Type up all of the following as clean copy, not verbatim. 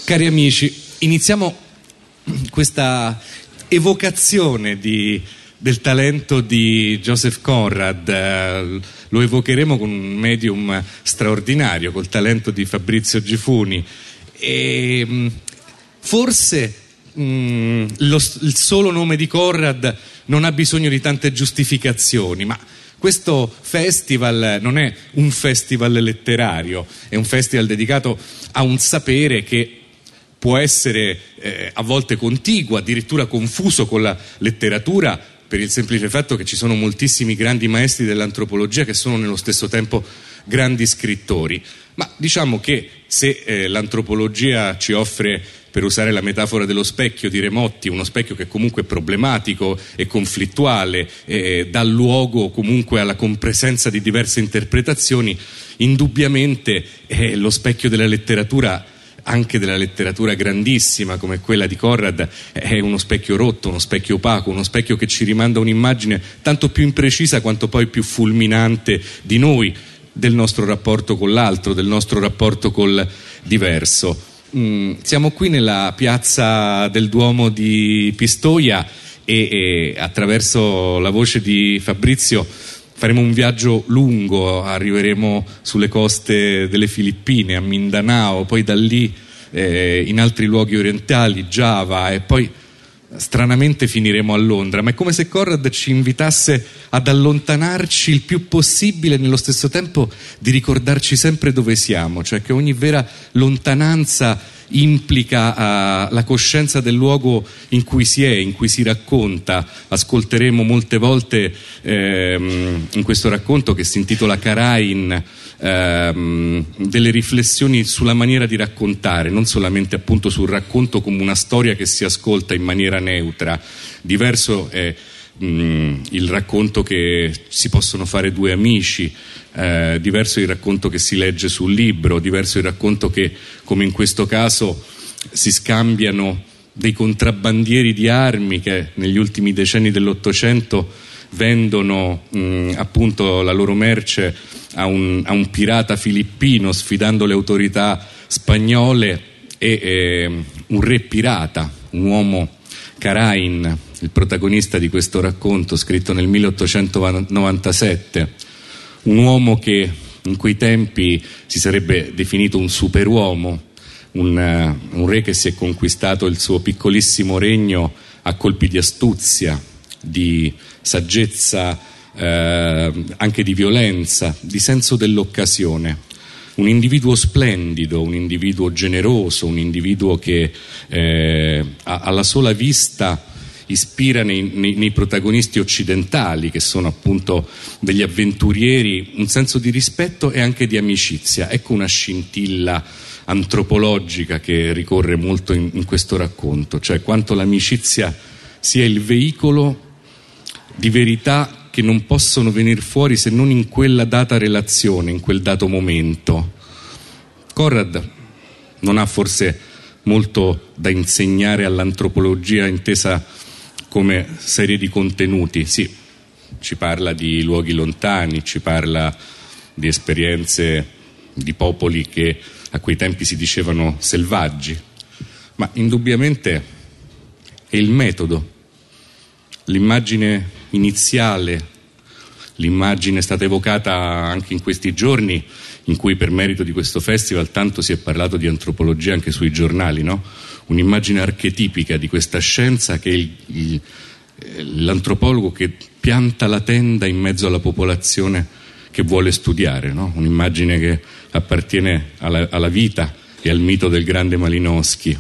Cari amici, iniziamo questa evocazione del talento di Joseph Conrad. Lo evocheremo con un medium straordinario, col talento di Fabrizio Gifuni. E forse il solo nome di Conrad non ha bisogno di tante giustificazioni, ma questo festival non è un festival letterario, è un festival dedicato a un sapere che può essere a volte contiguo, addirittura confuso con la letteratura, per il semplice fatto che ci sono moltissimi grandi maestri dell'antropologia che sono nello stesso tempo grandi scrittori. Ma diciamo che se l'antropologia ci offre, per usare la metafora dello specchio di Remotti, uno specchio che comunque è problematico e conflittuale, dà luogo comunque alla compresenza di diverse interpretazioni, indubbiamente lo specchio della letteratura, anche della letteratura grandissima come quella di Conrad, è uno specchio rotto, uno specchio opaco, uno specchio che ci rimanda un'immagine tanto più imprecisa quanto poi più fulminante di noi, del nostro rapporto con l'altro, del nostro rapporto col diverso. Siamo qui nella piazza del Duomo di Pistoia e attraverso la voce di Fabrizio faremo un viaggio lungo, arriveremo sulle coste delle Filippine, a Mindanao, poi da lì in altri luoghi orientali, Giava, e poi stranamente finiremo a Londra. Ma è come se Conrad ci invitasse ad allontanarci il più possibile e nello stesso tempo di ricordarci sempre dove siamo, cioè che ogni vera lontananza implica la coscienza del luogo in cui si è, in cui si racconta. Ascolteremo molte volte in questo racconto, che si intitola Karain, delle riflessioni sulla maniera di raccontare, non solamente appunto sul racconto come una storia che si ascolta in maniera neutra. Diverso è il racconto che si possono fare due amici, diverso il racconto che si legge sul libro, diverso il racconto che, come in questo caso, si scambiano dei contrabbandieri di armi che negli ultimi decenni dell'Ottocento vendono appunto la loro merce a un pirata filippino, sfidando le autorità spagnole, e un re pirata, un uomo, Karain, il protagonista di questo racconto scritto nel 1897, un uomo che in quei tempi si sarebbe definito un superuomo, un re che si è conquistato il suo piccolissimo regno a colpi di astuzia, di saggezza, anche di violenza, di senso dell'occasione. Un individuo splendido, un individuo generoso, un individuo che alla sola vista ispira nei protagonisti occidentali, che sono appunto degli avventurieri, un senso di rispetto e anche di amicizia. Ecco una scintilla antropologica che ricorre molto in questo racconto, cioè quanto l'amicizia sia il veicolo di verità che non possono venire fuori se non in quella data relazione, in quel dato momento. Conrad non ha forse molto da insegnare all'antropologia intesa come serie di contenuti. Sì, ci parla di luoghi lontani, ci parla di esperienze di popoli che a quei tempi si dicevano selvaggi, ma indubbiamente è il metodo, l'immagine iniziale, l'immagine è stata evocata anche in questi giorni in cui, per merito di questo festival, tanto si è parlato di antropologia anche sui giornali, no? Un'immagine archetipica di questa scienza che è l'antropologo che pianta la tenda in mezzo alla popolazione che vuole studiare, no? Un'immagine che appartiene alla vita e al mito del grande Malinowski.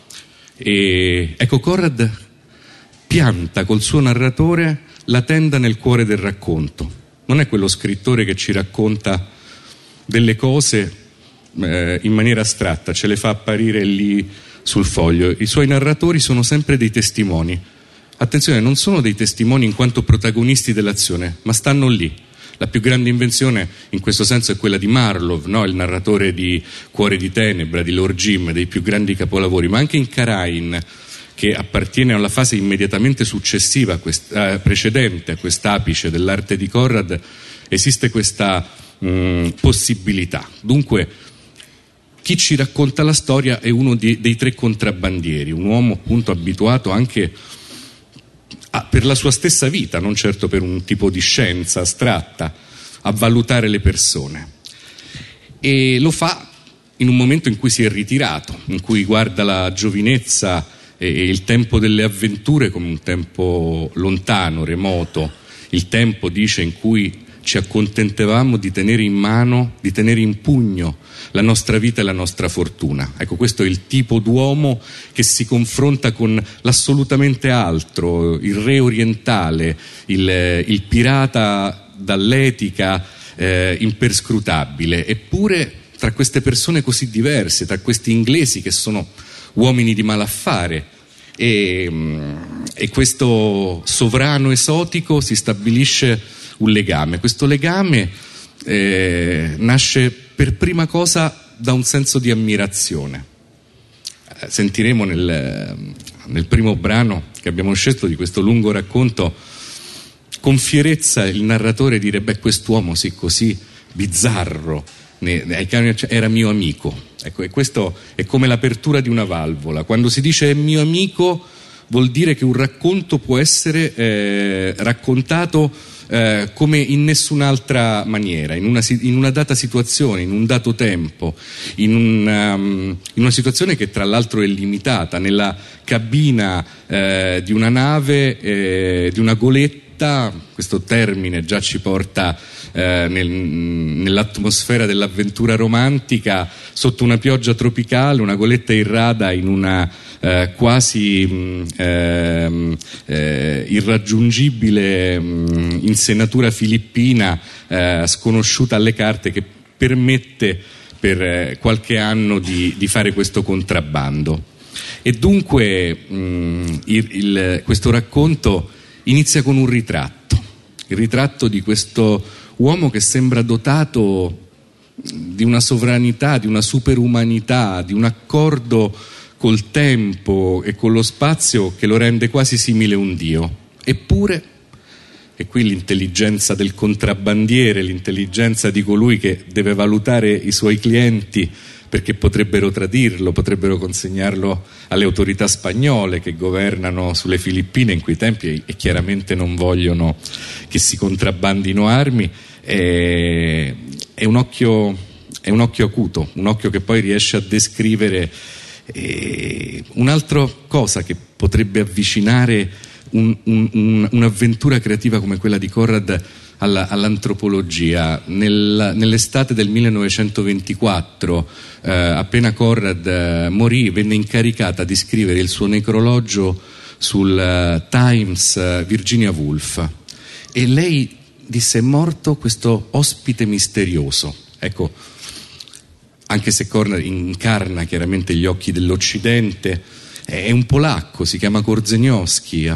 E ecco, Conrad pianta col suo narratore la tenda nel cuore del racconto. Non è quello scrittore che ci racconta delle cose in maniera astratta, ce le fa apparire lì sul foglio. I suoi narratori sono sempre dei testimoni. Attenzione, non sono dei testimoni in quanto protagonisti dell'azione, ma stanno lì. La più grande invenzione in questo senso è quella di Marlowe, no? Il narratore di Cuore di Tenebra, di Lord Jim, dei più grandi capolavori, ma anche in Karain, che appartiene alla fase immediatamente successiva, precedente a quest'apice dell'arte di Conrad, esiste questa possibilità. Dunque chi ci racconta la storia è uno dei tre contrabbandieri, un uomo appunto abituato anche per la sua stessa vita, non certo per un tipo di scienza astratta, a valutare le persone. E lo fa in un momento in cui si è ritirato, in cui guarda la giovinezza e il tempo delle avventure come un tempo lontano, remoto, il tempo, dice, in cui ci accontentavamo di tenere in mano, di tenere in pugno la nostra vita e la nostra fortuna. Ecco, questo è il tipo d'uomo che si confronta con l'assolutamente altro, il re orientale, il pirata dall'etica imperscrutabile. Eppure tra queste persone così diverse, tra questi inglesi che sono uomini di malaffare e questo sovrano esotico, si stabilisce un legame. Questo legame nasce per prima cosa da un senso di ammirazione. Sentiremo nel primo brano che abbiamo scelto di questo lungo racconto, con fierezza il narratore dire: beh, quest'uomo sì, così bizzarro era mio amico. Ecco, e questo è come l'apertura di una valvola. Quando si dice è mio amico, vuol dire che un racconto può essere raccontato come in nessun'altra maniera, in una data situazione, in un dato tempo, in una situazione che tra l'altro è limitata, nella cabina di una nave, di una goletta. Questo termine già ci porta nell'atmosfera dell'avventura romantica, sotto una pioggia tropicale, una goletta irrada in una quasi irraggiungibile insenatura filippina, sconosciuta alle carte, che permette per qualche anno di fare questo contrabbando. E dunque questo racconto inizia con un ritratto, il ritratto di questo uomo che sembra dotato di una sovranità, di una superumanità, di un accordo col tempo e con lo spazio che lo rende quasi simile a un dio. Eppure, e qui l'intelligenza del contrabbandiere, l'intelligenza di colui che deve valutare i suoi clienti, perché potrebbero tradirlo, potrebbero consegnarlo alle autorità spagnole che governano sulle Filippine in quei tempi e chiaramente non vogliono che si contrabbandino armi. È un occhio acuto, un occhio che poi riesce a descrivere un'altra cosa che potrebbe avvicinare un'avventura creativa come quella di Conrad all'antropologia. Nell'estate del 1924, appena Conrad morì, venne incaricata di scrivere il suo necrologio sul Times Virginia Woolf, e lei disse: è morto questo ospite misterioso. Ecco, anche se Conrad incarna chiaramente gli occhi dell'Occidente, è un polacco, si chiama Korzeniowski,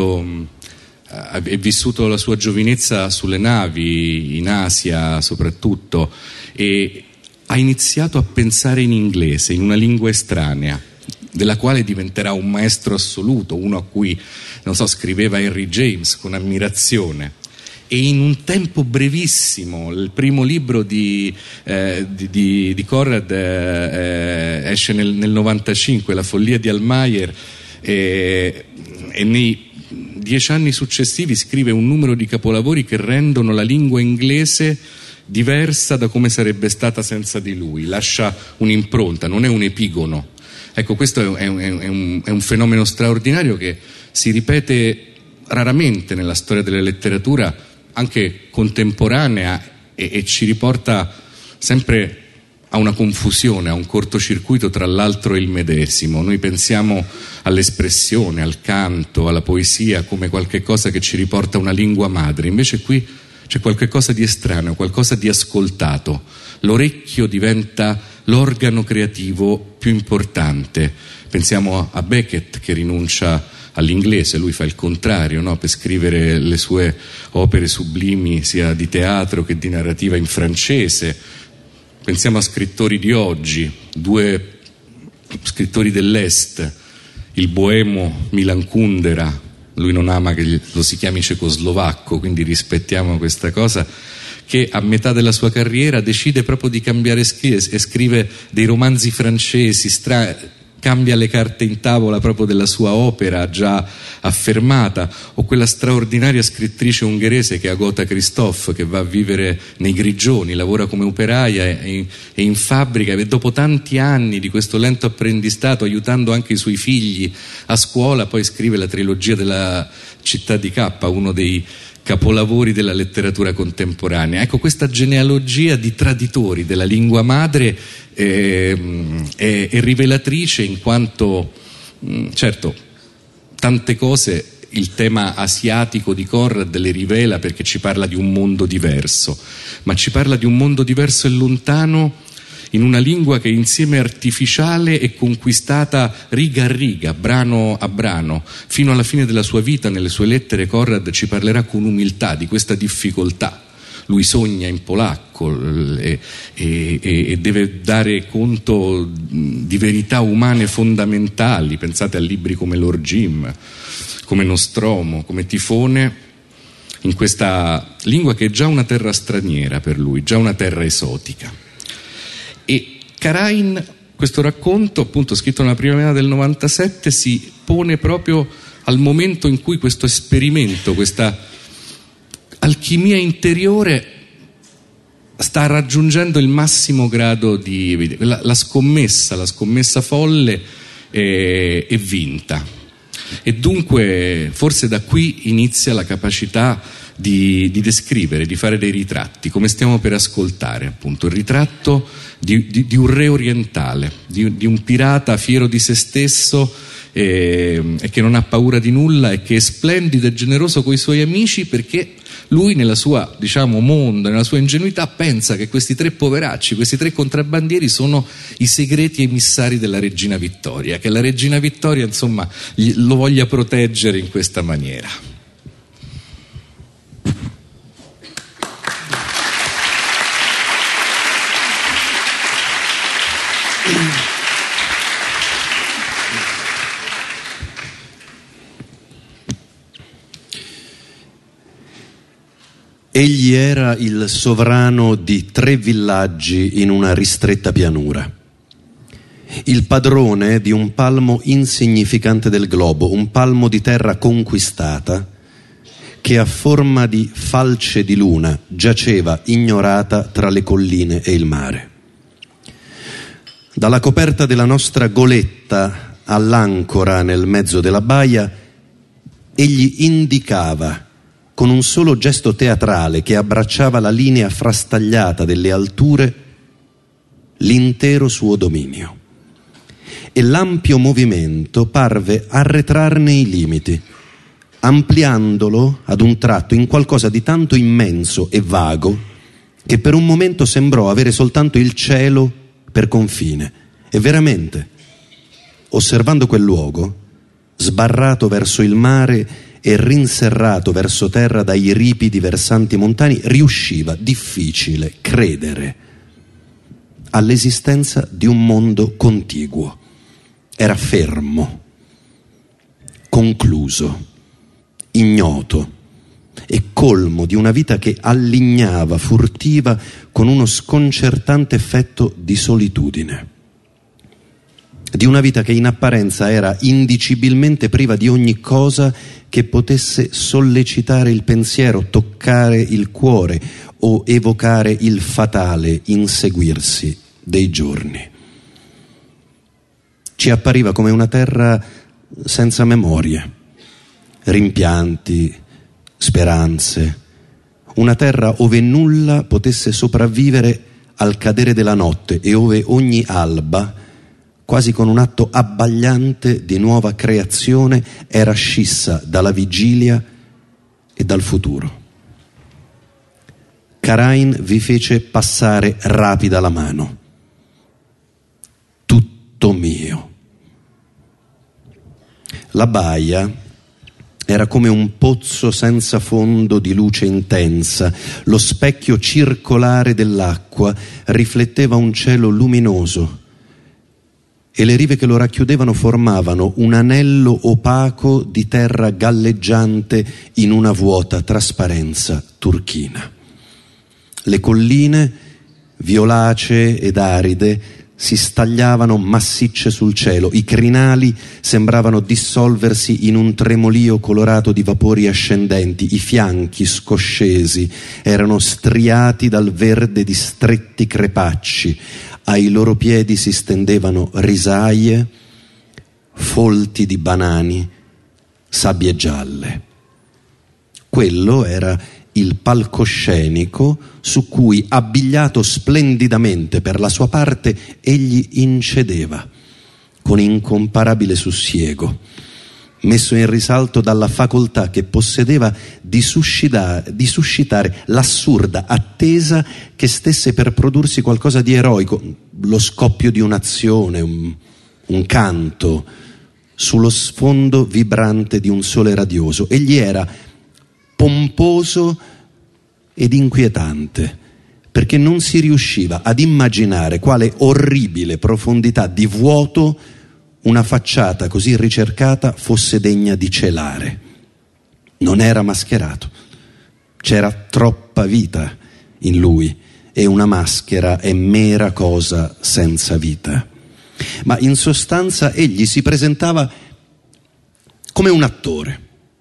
è vissuto la sua giovinezza sulle navi, in Asia soprattutto, e ha iniziato a pensare in inglese, in una lingua estranea, della quale diventerà un maestro assoluto, uno a cui, non so, scriveva Henry James con ammirazione. E in un tempo brevissimo, il primo libro di Conrad esce nel 95, La follia di Almayer, e nei 10 anni successivi scrive un numero di capolavori che rendono la lingua inglese diversa da come sarebbe stata senza di lui. Lascia un'impronta, non è un epigono. Ecco, questo è un fenomeno straordinario che si ripete raramente nella storia della letteratura, anche contemporanea, e ci riporta sempre a una confusione, a un cortocircuito tra l'altro e il medesimo. Noi pensiamo all'espressione, al canto, alla poesia come qualche cosa che ci riporta a una lingua madre, invece qui c'è qualche cosa di estraneo, qualcosa di ascoltato. L'orecchio diventa l'organo creativo più importante. Pensiamo a Beckett, che rinuncia all'inglese, lui fa il contrario, no? Per scrivere le sue opere sublimi sia di teatro che di narrativa in francese. Pensiamo a scrittori di oggi, 2 scrittori dell'Est, il boemo Milan Kundera, lui non ama che lo si chiami cecoslovacco, quindi rispettiamo questa cosa, che a metà della sua carriera decide proprio di cambiare stile e scrive dei romanzi francesi, cambia le carte in tavola proprio della sua opera già affermata, o quella straordinaria scrittrice ungherese che è Agota Christoph, che va a vivere nei Grigioni, lavora come operaia e in fabbrica, e dopo tanti anni di questo lento apprendistato, aiutando anche i suoi figli a scuola, poi scrive la trilogia della Città di K, uno dei capolavori della letteratura contemporanea. Ecco, questa genealogia di traditori della lingua madre è rivelatrice, in quanto certo tante cose il tema asiatico di Conrad le rivela, perché ci parla di un mondo diverso, ma ci parla di un mondo diverso e lontano in una lingua che insieme è artificiale e conquistata riga a riga, brano a brano. Fino alla fine della sua vita, nelle sue lettere, Conrad ci parlerà con umiltà di questa difficoltà. Lui sogna in polacco e deve dare conto di verità umane fondamentali. Pensate a libri come Lord Jim, come Nostromo, come Tifone, in questa lingua che è già una terra straniera per lui, già una terra esotica. E Karain, questo racconto, appunto scritto nella primavera del 97, si pone proprio al momento in cui questo esperimento, questa alchimia interiore sta raggiungendo il massimo grado di... La scommessa folle è vinta. E dunque forse da qui inizia la capacità di descrivere, di fare dei ritratti, come stiamo per ascoltare, appunto il ritratto di un re orientale, di un pirata fiero di se stesso e che non ha paura di nulla e che è splendido e generoso coi suoi amici, perché lui nella sua, diciamo, mondo, nella sua ingenuità pensa che questi tre poveracci, questi tre contrabbandieri sono i segreti emissari della regina Vittoria, che la regina Vittoria insomma lo voglia proteggere in questa maniera. Egli era il sovrano di 3 villaggi in una ristretta pianura, il padrone di un palmo insignificante del globo, un palmo di terra conquistata che a forma di falce di luna giaceva ignorata tra le colline e il mare. Dalla coperta della nostra goletta all'ancora nel mezzo della baia, egli indicava con un solo gesto teatrale che abbracciava la linea frastagliata delle alture l'intero suo dominio. E l'ampio movimento parve arretrarne i limiti, ampliandolo ad un tratto in qualcosa di tanto immenso e vago che per un momento sembrò avere soltanto il cielo per confine. E veramente, osservando quel luogo, sbarrato verso il mare e rinserrato verso terra dai ripidi versanti montani, riusciva difficile credere all'esistenza di un mondo contiguo. Era fermo, concluso, ignoto e colmo di una vita che allignava furtiva con uno sconcertante effetto di solitudine. Di una vita che in apparenza era indicibilmente priva di ogni cosa che potesse sollecitare il pensiero, toccare il cuore o evocare il fatale inseguirsi dei giorni. Ci appariva come una terra senza memorie, rimpianti, speranze, una terra ove nulla potesse sopravvivere al cadere della notte e ove ogni alba, quasi con un atto abbagliante di nuova creazione, era scissa dalla vigilia e dal futuro. Karain vi fece passare rapida la mano. Tutto mio. La baia era come un pozzo senza fondo di luce intensa. Lo specchio circolare dell'acqua rifletteva un cielo luminoso e le rive che lo racchiudevano formavano un anello opaco di terra galleggiante in una vuota trasparenza turchina. Le colline, violacee ed aride, si stagliavano massicce sul cielo, i crinali sembravano dissolversi in un tremolio colorato di vapori ascendenti, i fianchi scoscesi erano striati dal verde di stretti crepacci, ai loro piedi si stendevano risaie, folti di banani, sabbie gialle. Quello era il palcoscenico su cui, abbigliato splendidamente per la sua parte, egli incedeva con incomparabile sussiego, messo in risalto dalla facoltà che possedeva di suscitare l'assurda attesa che stesse per prodursi qualcosa di eroico, lo scoppio di un'azione, un canto, sullo sfondo vibrante di un sole radioso. Egli era pomposo ed inquietante, perché non si riusciva ad immaginare quale orribile profondità di vuoto una facciata così ricercata fosse degna di celare. Non era mascherato, c'era troppa vita in lui e una maschera è mera cosa senza vita. Ma in sostanza egli si presentava come un attore,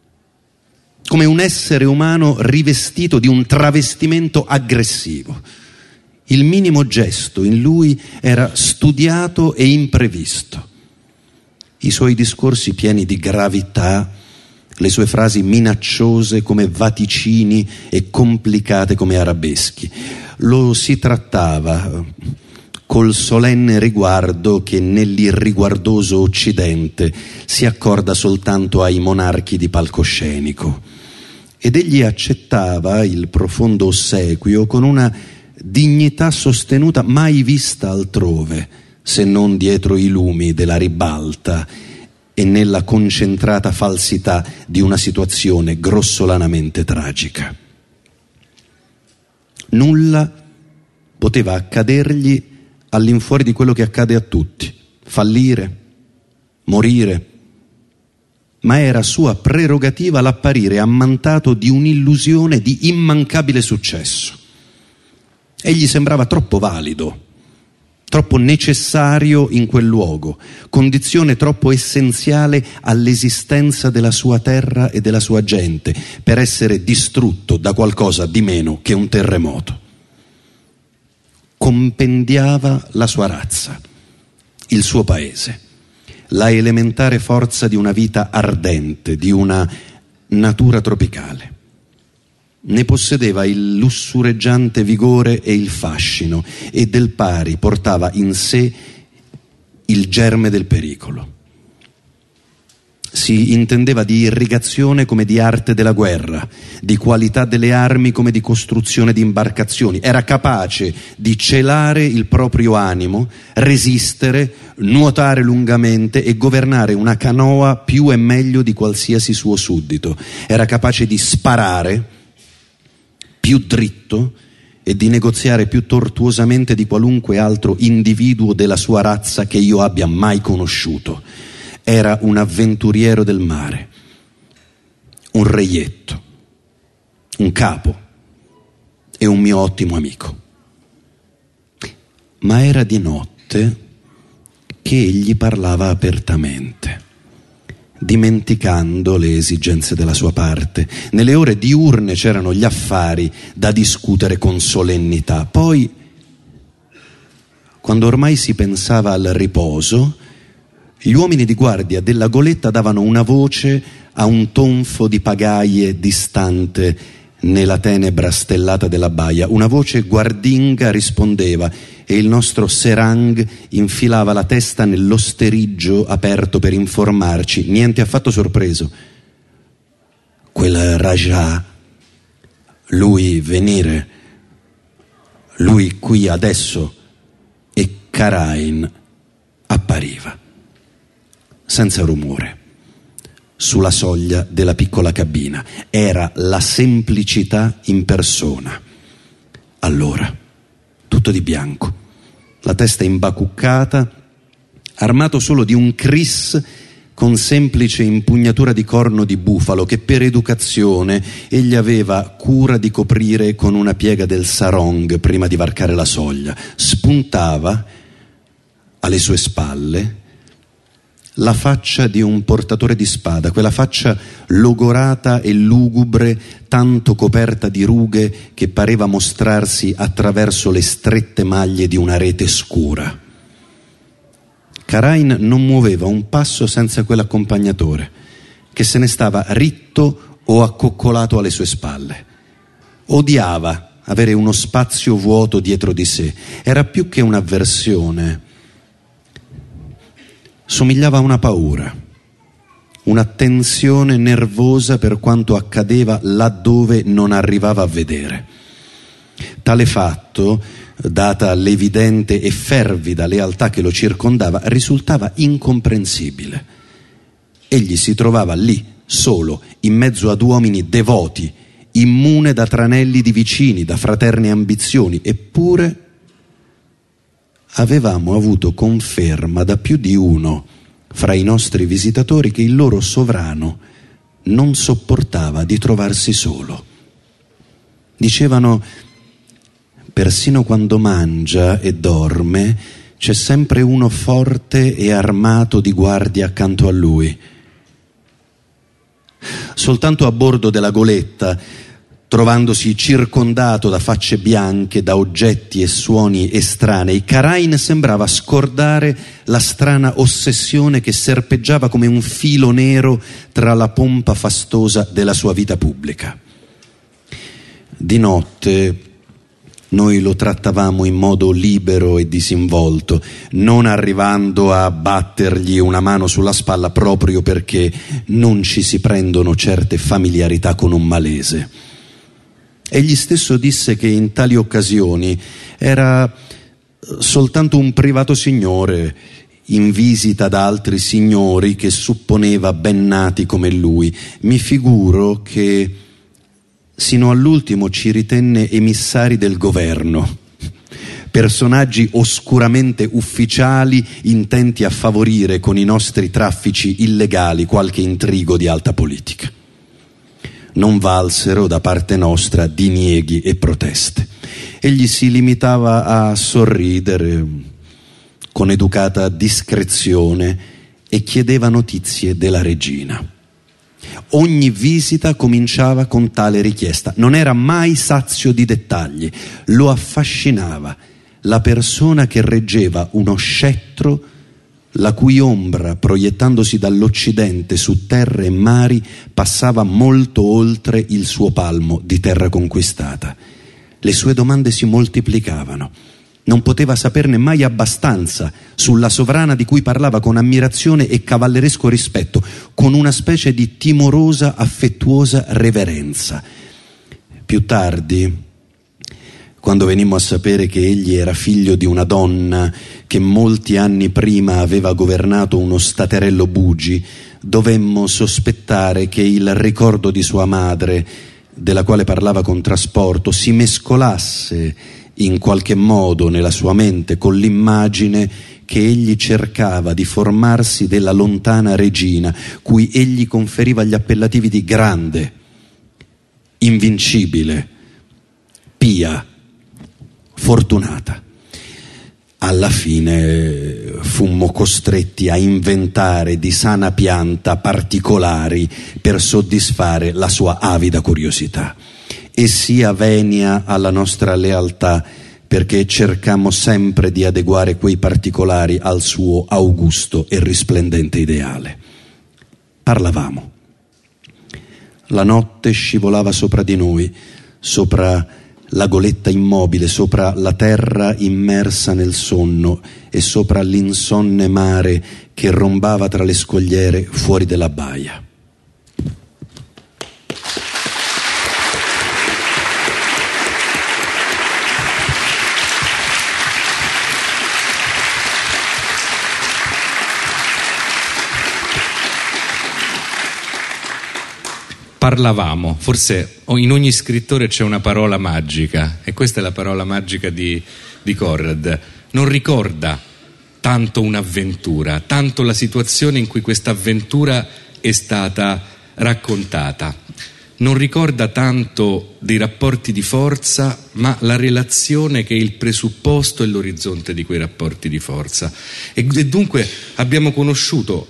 come un essere umano rivestito di un travestimento aggressivo. Il minimo gesto in lui era studiato e imprevisto. I suoi discorsi pieni di gravità, le sue frasi minacciose come vaticini e complicate come arabeschi. Lo si trattava col solenne riguardo che nell'irriguardoso Occidente si accorda soltanto ai monarchi di palcoscenico. Ed egli accettava il profondo ossequio con una dignità sostenuta mai vista altrove, se non dietro i lumi della ribalta e nella concentrata falsità di una situazione grossolanamente tragica. Nulla poteva accadergli all'infuori di quello che accade a tutti: fallire, morire. Ma era sua prerogativa l'apparire ammantato di un'illusione di immancabile successo. Egli sembrava troppo valido, troppo necessario in quel luogo, condizione troppo essenziale all'esistenza della sua terra e della sua gente, per essere distrutto da qualcosa di meno che un terremoto. Compendiava la sua razza, il suo paese, la elementare forza di una vita ardente, di una natura tropicale. Ne possedeva il lussureggiante vigore e il fascino, e del pari portava in sé il germe del pericolo. Si intendeva di irrigazione come di arte della guerra, di qualità delle armi come di costruzione di imbarcazioni. Era capace di celare il proprio animo, resistere, nuotare lungamente e governare una canoa più e meglio di qualsiasi suo suddito. Era capace di sparare più dritto e di negoziare più tortuosamente di qualunque altro individuo della sua razza che io abbia mai conosciuto. Era un avventuriero del mare, un reietto, un capo e un mio ottimo amico. Ma era di notte che egli parlava apertamente, dimenticando le esigenze della sua parte. Nelle ore diurne c'erano gli affari da discutere con solennità. Poi, quando ormai si pensava al riposo, gli uomini di guardia della goletta davano una voce a un tonfo di pagaie distante nella tenebra stellata della baia. Una voce guardinga rispondeva e il nostro serang infilava la testa nell'osteriggio aperto per informarci, niente affatto sorpreso. Quel Raja, lui venire, lui qui adesso, e Karain appariva senza rumore sulla soglia della piccola cabina. Era la semplicità in persona. Allora, tutto di bianco, la testa imbacuccata, armato solo di un kris con semplice impugnatura di corno di bufalo che per educazione egli aveva cura di coprire con una piega del sarong prima di varcare la soglia. Spuntava alle sue spalle la faccia di un portatore di spada, quella faccia logorata e lugubre, tanto coperta di rughe che pareva mostrarsi attraverso le strette maglie di una rete scura. Karain non muoveva un passo senza quell'accompagnatore, che se ne stava ritto o accoccolato alle sue spalle. Odiava avere uno spazio vuoto dietro di sé. Era più che un'avversione. Somigliava a una paura, una tensione nervosa per quanto accadeva laddove non arrivava a vedere. Tale fatto, data l'evidente e fervida lealtà che lo circondava, risultava incomprensibile. Egli si trovava lì, solo, in mezzo ad uomini devoti, immune da tranelli di vicini, da fraterne ambizioni, eppure avevamo avuto conferma da più di uno fra i nostri visitatori che il loro sovrano non sopportava di trovarsi solo. Dicevano: persino quando mangia e dorme c'è sempre uno forte e armato di guardia accanto a lui. Soltanto a bordo della goletta, trovandosi circondato da facce bianche, da oggetti e suoni estranei, Karain sembrava scordare la strana ossessione che serpeggiava come un filo nero tra la pompa fastosa della sua vita pubblica. Di notte noi lo trattavamo in modo libero e disinvolto, non arrivando a battergli una mano sulla spalla proprio perché non ci si prendono certe familiarità con un malese. Egli stesso disse che in tali occasioni era soltanto un privato signore in visita da altri signori che supponeva ben nati come lui. Mi figuro che sino all'ultimo ci ritenne emissari del governo, personaggi oscuramente ufficiali intenti a favorire con i nostri traffici illegali qualche intrigo di alta politica. Non valsero da parte nostra dinieghi e proteste. Egli si limitava a sorridere con educata discrezione e chiedeva notizie della regina. Ogni visita cominciava con tale richiesta. Non era mai sazio di dettagli. Lo affascinava la persona che reggeva uno scettro la cui ombra, proiettandosi dall'occidente su terre e mari, passava molto oltre il suo palmo di terra conquistata. Le sue domande si moltiplicavano. Non poteva saperne mai abbastanza sulla sovrana di cui parlava con ammirazione e cavalleresco rispetto, con una specie di timorosa, affettuosa reverenza. Più tardi, quando venimmo a sapere che egli era figlio di una donna che molti anni prima aveva governato uno staterello Bugi, dovemmo sospettare che il ricordo di sua madre, della quale parlava con trasporto, si mescolasse in qualche modo nella sua mente con l'immagine che egli cercava di formarsi della lontana regina, cui egli conferiva gli appellativi di grande, invincibile, pia, fortunata. Alla fine fummo costretti a inventare di sana pianta particolari per soddisfare la sua avida curiosità. E sia venia alla nostra lealtà, perché cercammo sempre di adeguare quei particolari al suo augusto e risplendente ideale. Parlavamo. La notte scivolava sopra di noi, sopra la goletta immobile, sopra la terra immersa nel sonno e sopra l'insonne mare che rombava tra le scogliere fuori della baia. Parlavamo, forse in ogni scrittore c'è una parola magica, e questa è la parola magica di Conrad. Non ricorda tanto un'avventura, tanto la situazione in cui questa avventura è stata raccontata. Non ricorda tanto dei rapporti di forza, ma la relazione che è il presupposto e l'orizzonte di quei rapporti di forza. E dunque abbiamo conosciuto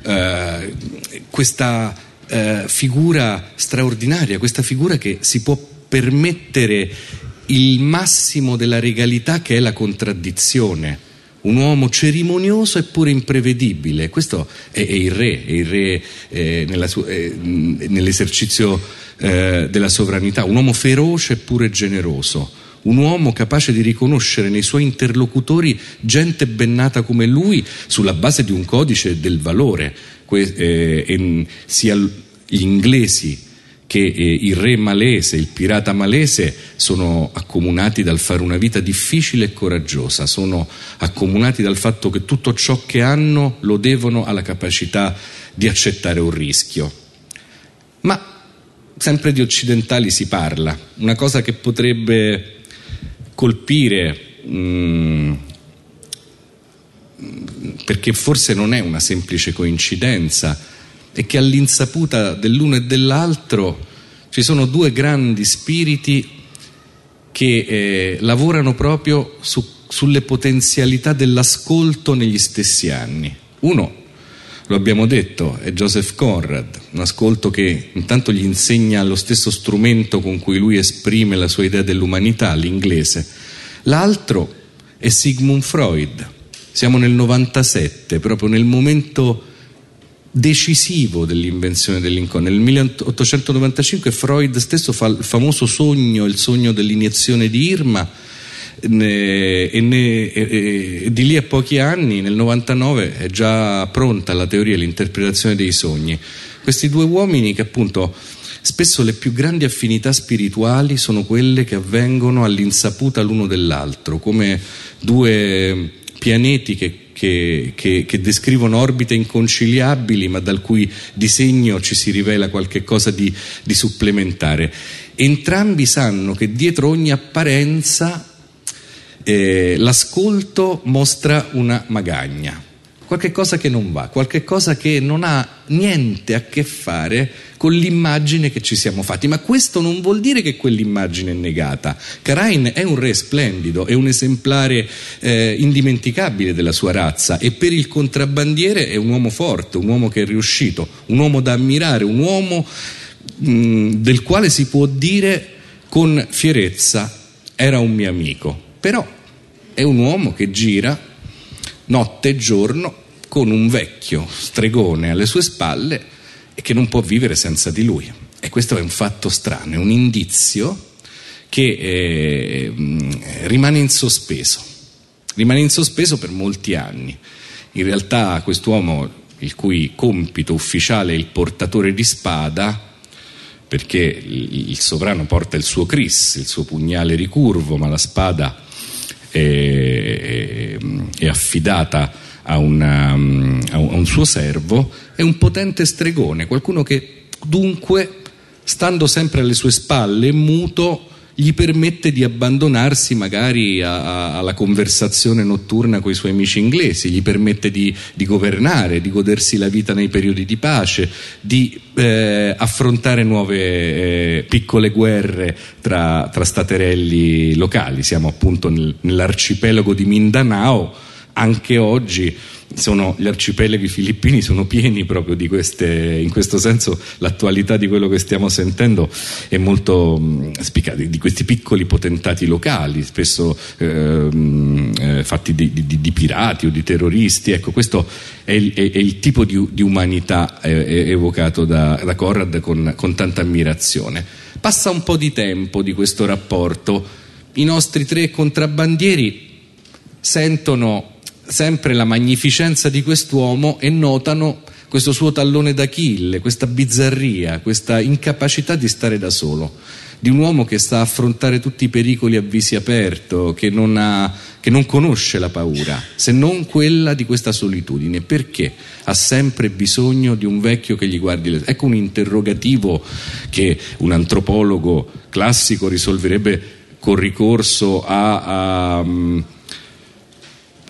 questa figura straordinaria, questa figura che si può permettere il massimo della regalità, che è la contraddizione. Un uomo cerimonioso eppure imprevedibile. Questo è il re nell'esercizio della sovranità. Un uomo feroce eppure generoso. Un uomo capace di riconoscere nei suoi interlocutori gente ben nata come lui, sulla base di un codice del valore. Sia gli inglesi che il re malese, il pirata malese, sono accomunati dal fare una vita difficile e coraggiosa, sono accomunati dal fatto che tutto ciò che hanno lo devono alla capacità di accettare un rischio. Ma sempre di occidentali si parla, una cosa che potrebbe colpire, perché forse non è una semplice coincidenza, e che all'insaputa dell'uno e dell'altro ci sono due grandi spiriti che lavorano proprio sulle potenzialità dell'ascolto negli stessi anni. Uno, lo abbiamo detto, è Joseph Conrad, un ascolto che intanto gli insegna lo stesso strumento con cui lui esprime la sua idea dell'umanità, l'inglese. L'altro è Sigmund Freud. Siamo nel 97, proprio nel momento decisivo dell'invenzione dell'inconscio. Nel 1895 Freud stesso fa il famoso sogno, il sogno dell'iniezione di Irma, e di lì a pochi anni, nel 99, è già pronta la teoria e l'interpretazione dei sogni. Questi due uomini che appunto spesso le più grandi affinità spirituali sono quelle che avvengono all'insaputa l'uno dell'altro, come due pianeti che descrivono orbite inconciliabili, ma dal cui disegno ci si rivela qualche cosa di supplementare. Entrambi sanno che dietro ogni apparenza l'ascolto mostra una magagna, qualche cosa che non va, qualche cosa che non ha niente a che fare con l'immagine che ci siamo fatti, ma questo non vuol dire che quell'immagine è negata. Karain è un re splendido, è un esemplare indimenticabile della sua razza, e per il contrabbandiere è un uomo forte, un uomo che è riuscito, un uomo da ammirare, un uomo del quale si può dire con fierezza: era un mio amico. Però è un uomo che gira notte e giorno con un vecchio stregone alle sue spalle e che non può vivere senza di lui. E questo è un fatto strano, è un indizio che rimane in sospeso per molti anni. In realtà quest'uomo, il cui compito ufficiale è il portatore di spada, perché il sovrano porta il suo kris, il suo pugnale ricurvo, ma la spada è affidata a un suo servo, è un potente stregone, qualcuno che dunque, stando sempre alle sue spalle, muto, gli permette di abbandonarsi magari alla conversazione notturna con i suoi amici inglesi, gli permette di governare, di godersi la vita nei periodi di pace, di affrontare nuove piccole guerre tra staterelli locali. Siamo appunto nell'arcipelago di Mindanao. Anche oggi gli arcipelaghi filippini sono pieni proprio di queste, in questo senso l'attualità di quello che stiamo sentendo è molto spiccata, di questi piccoli potentati locali, spesso fatti di pirati o di terroristi. Ecco, questo è il tipo di umanità evocato da Conrad con tanta ammirazione. Passa un po' di tempo di questo rapporto, i nostri tre contrabbandieri sentono sempre la magnificenza di quest'uomo e notano questo suo tallone d'Achille, questa bizzarria, questa incapacità di stare da solo, di un uomo che sa affrontare tutti i pericoli a viso aperto, che non conosce la paura, se non quella di questa solitudine. Perché ha sempre bisogno di un vecchio che gli guardi ecco un interrogativo che un antropologo classico risolverebbe con ricorso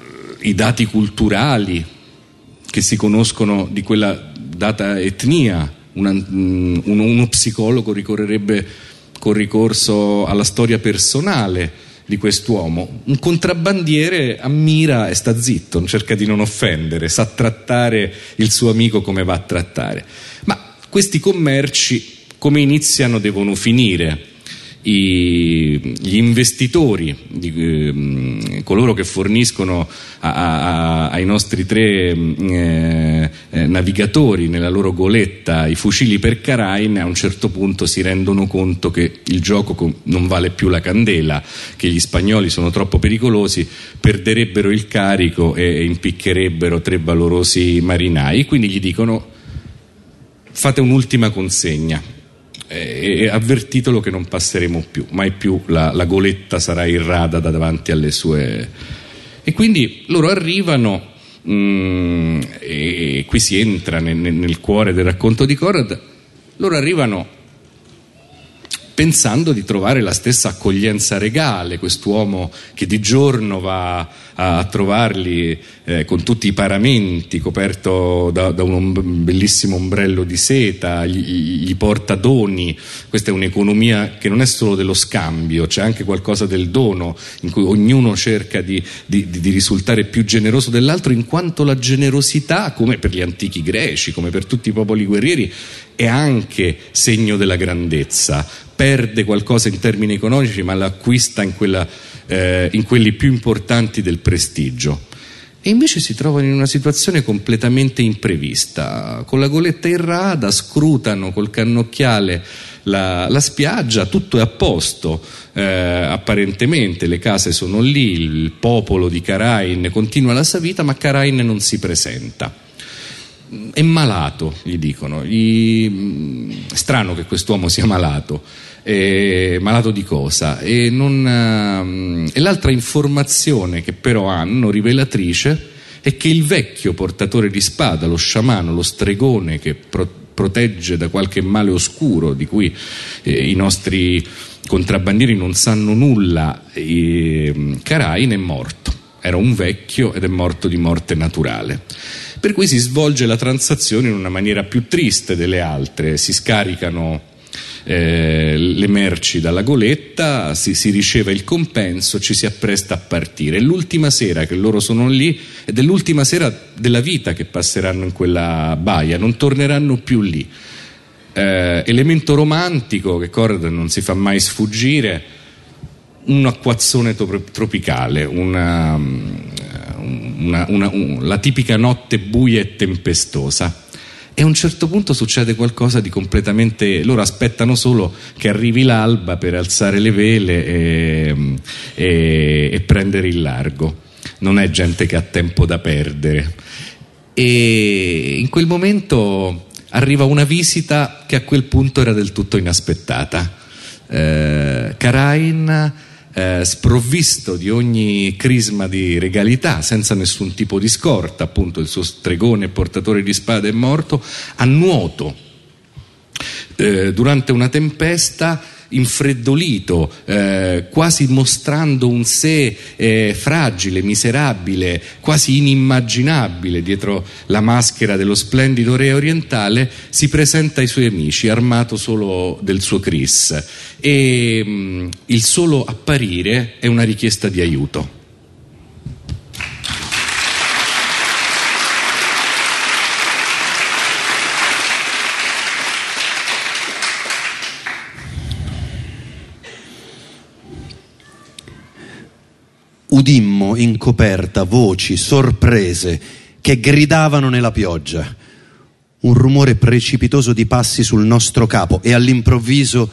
i dati culturali che si conoscono di quella data etnia. Uno psicologo ricorrerebbe con ricorso alla storia personale di quest'uomo. Un contrabbandiere ammira e sta zitto, cerca di non offendere, sa trattare il suo amico come va a trattare. Ma questi commerci come iniziano devono finire. Gli investitori, coloro che forniscono ai nostri 3 navigatori nella loro goletta i fucili per Karain, a un certo punto si rendono conto che il gioco non vale più la candela, che gli spagnoli sono troppo pericolosi, perderebbero il carico e impiccherebbero 3 valorosi marinai. Quindi gli dicono: fate un'ultima consegna e avvertitelo che non passeremo più, mai più la goletta sarà irrada da davanti alle sue. E quindi loro arrivano, e qui si entra nel cuore del racconto di Conrad. Loro arrivano pensando di trovare la stessa accoglienza regale, quest'uomo che di giorno va a trovarli con tutti i paramenti, coperto da un bellissimo ombrello di seta, gli porta doni. Questa è un'economia che non è solo dello scambio, c'è anche qualcosa del dono, in cui ognuno cerca di risultare più generoso dell'altro, in quanto la generosità, come per gli antichi greci, come per tutti i popoli guerrieri, è anche segno della grandezza. Perde qualcosa in termini economici, ma l'acquista in quelli più importanti del prestigio. E invece si trovano in una situazione completamente imprevista. Con la goletta irrada scrutano col cannocchiale la spiaggia, tutto è a posto, apparentemente le case sono lì, il popolo di Karain continua la sua vita, ma Karain non si presenta. È malato, gli dicono. È strano che quest'uomo sia malato. Malato di cosa? E l'altra informazione che però hanno, rivelatrice, è che il vecchio portatore di spada, lo sciamano, lo stregone che protegge da qualche male oscuro di cui i nostri contrabbandieri non sanno nulla, Karain è morto. Era un vecchio ed è morto di morte naturale. Per cui si svolge la transazione in una maniera più triste delle altre. Si scaricano le merci dalla goletta, si riceve il compenso, ci si appresta a partire. L'ultima sera che loro sono lì ed è l'ultima sera della vita che passeranno in quella baia, non torneranno più lì. Elemento romantico che Conrad non si fa mai sfuggire: un acquazzone tropicale, la tipica notte buia e tempestosa. E a un certo punto succede qualcosa di completamente. Loro aspettano solo che arrivi l'alba per alzare le vele e prendere il largo. Non è gente che ha tempo da perdere. E in quel momento arriva una visita che a quel punto era del tutto inaspettata. Karain, sprovvisto di ogni crisma di regalità, senza nessun tipo di scorta, appunto il suo stregone e portatore di spade è morto, a nuoto durante una tempesta, infreddolito, quasi mostrando un sé fragile, miserabile, quasi inimmaginabile dietro la maschera dello splendido re orientale, si presenta ai suoi amici armato solo del suo kris, e il solo apparire è una richiesta di aiuto. Udimmo in coperta voci sorprese che gridavano nella pioggia, un rumore precipitoso di passi sul nostro capo, e all'improvviso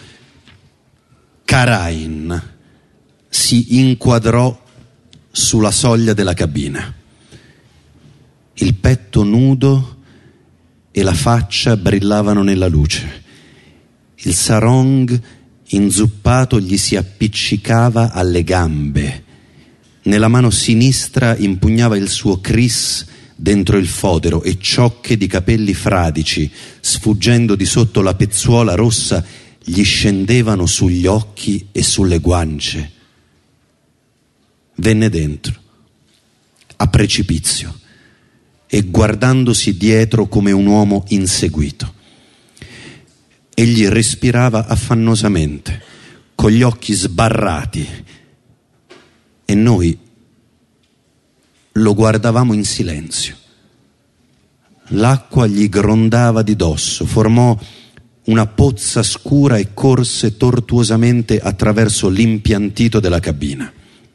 Karain si inquadrò sulla soglia della cabina, il petto nudo e la faccia brillavano nella luce. Il sarong inzuppato gli si appiccicava alle gambe. Nella mano sinistra impugnava il suo kris dentro il fodero, e ciocche di capelli fradici, sfuggendo di sotto la pezzuola rossa, gli scendevano sugli occhi e sulle guance. Venne dentro. a precipizio e guardandosi dietro come un uomo inseguito. Egli respirava affannosamente, con gli occhi sbarrati, e noi lo guardavamo in silenzio. L'acqua gli grondava di dosso, formò una pozza scura e corse tortuosamente attraverso l'impiantito della cabina.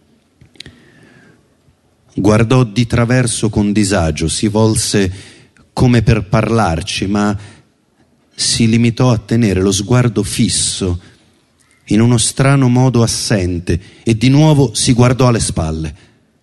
Guardò di traverso con disagio, si volse come per parlarci, ma si limitò a tenere lo sguardo fisso in uno strano modo assente e di nuovo si guardò alle spalle.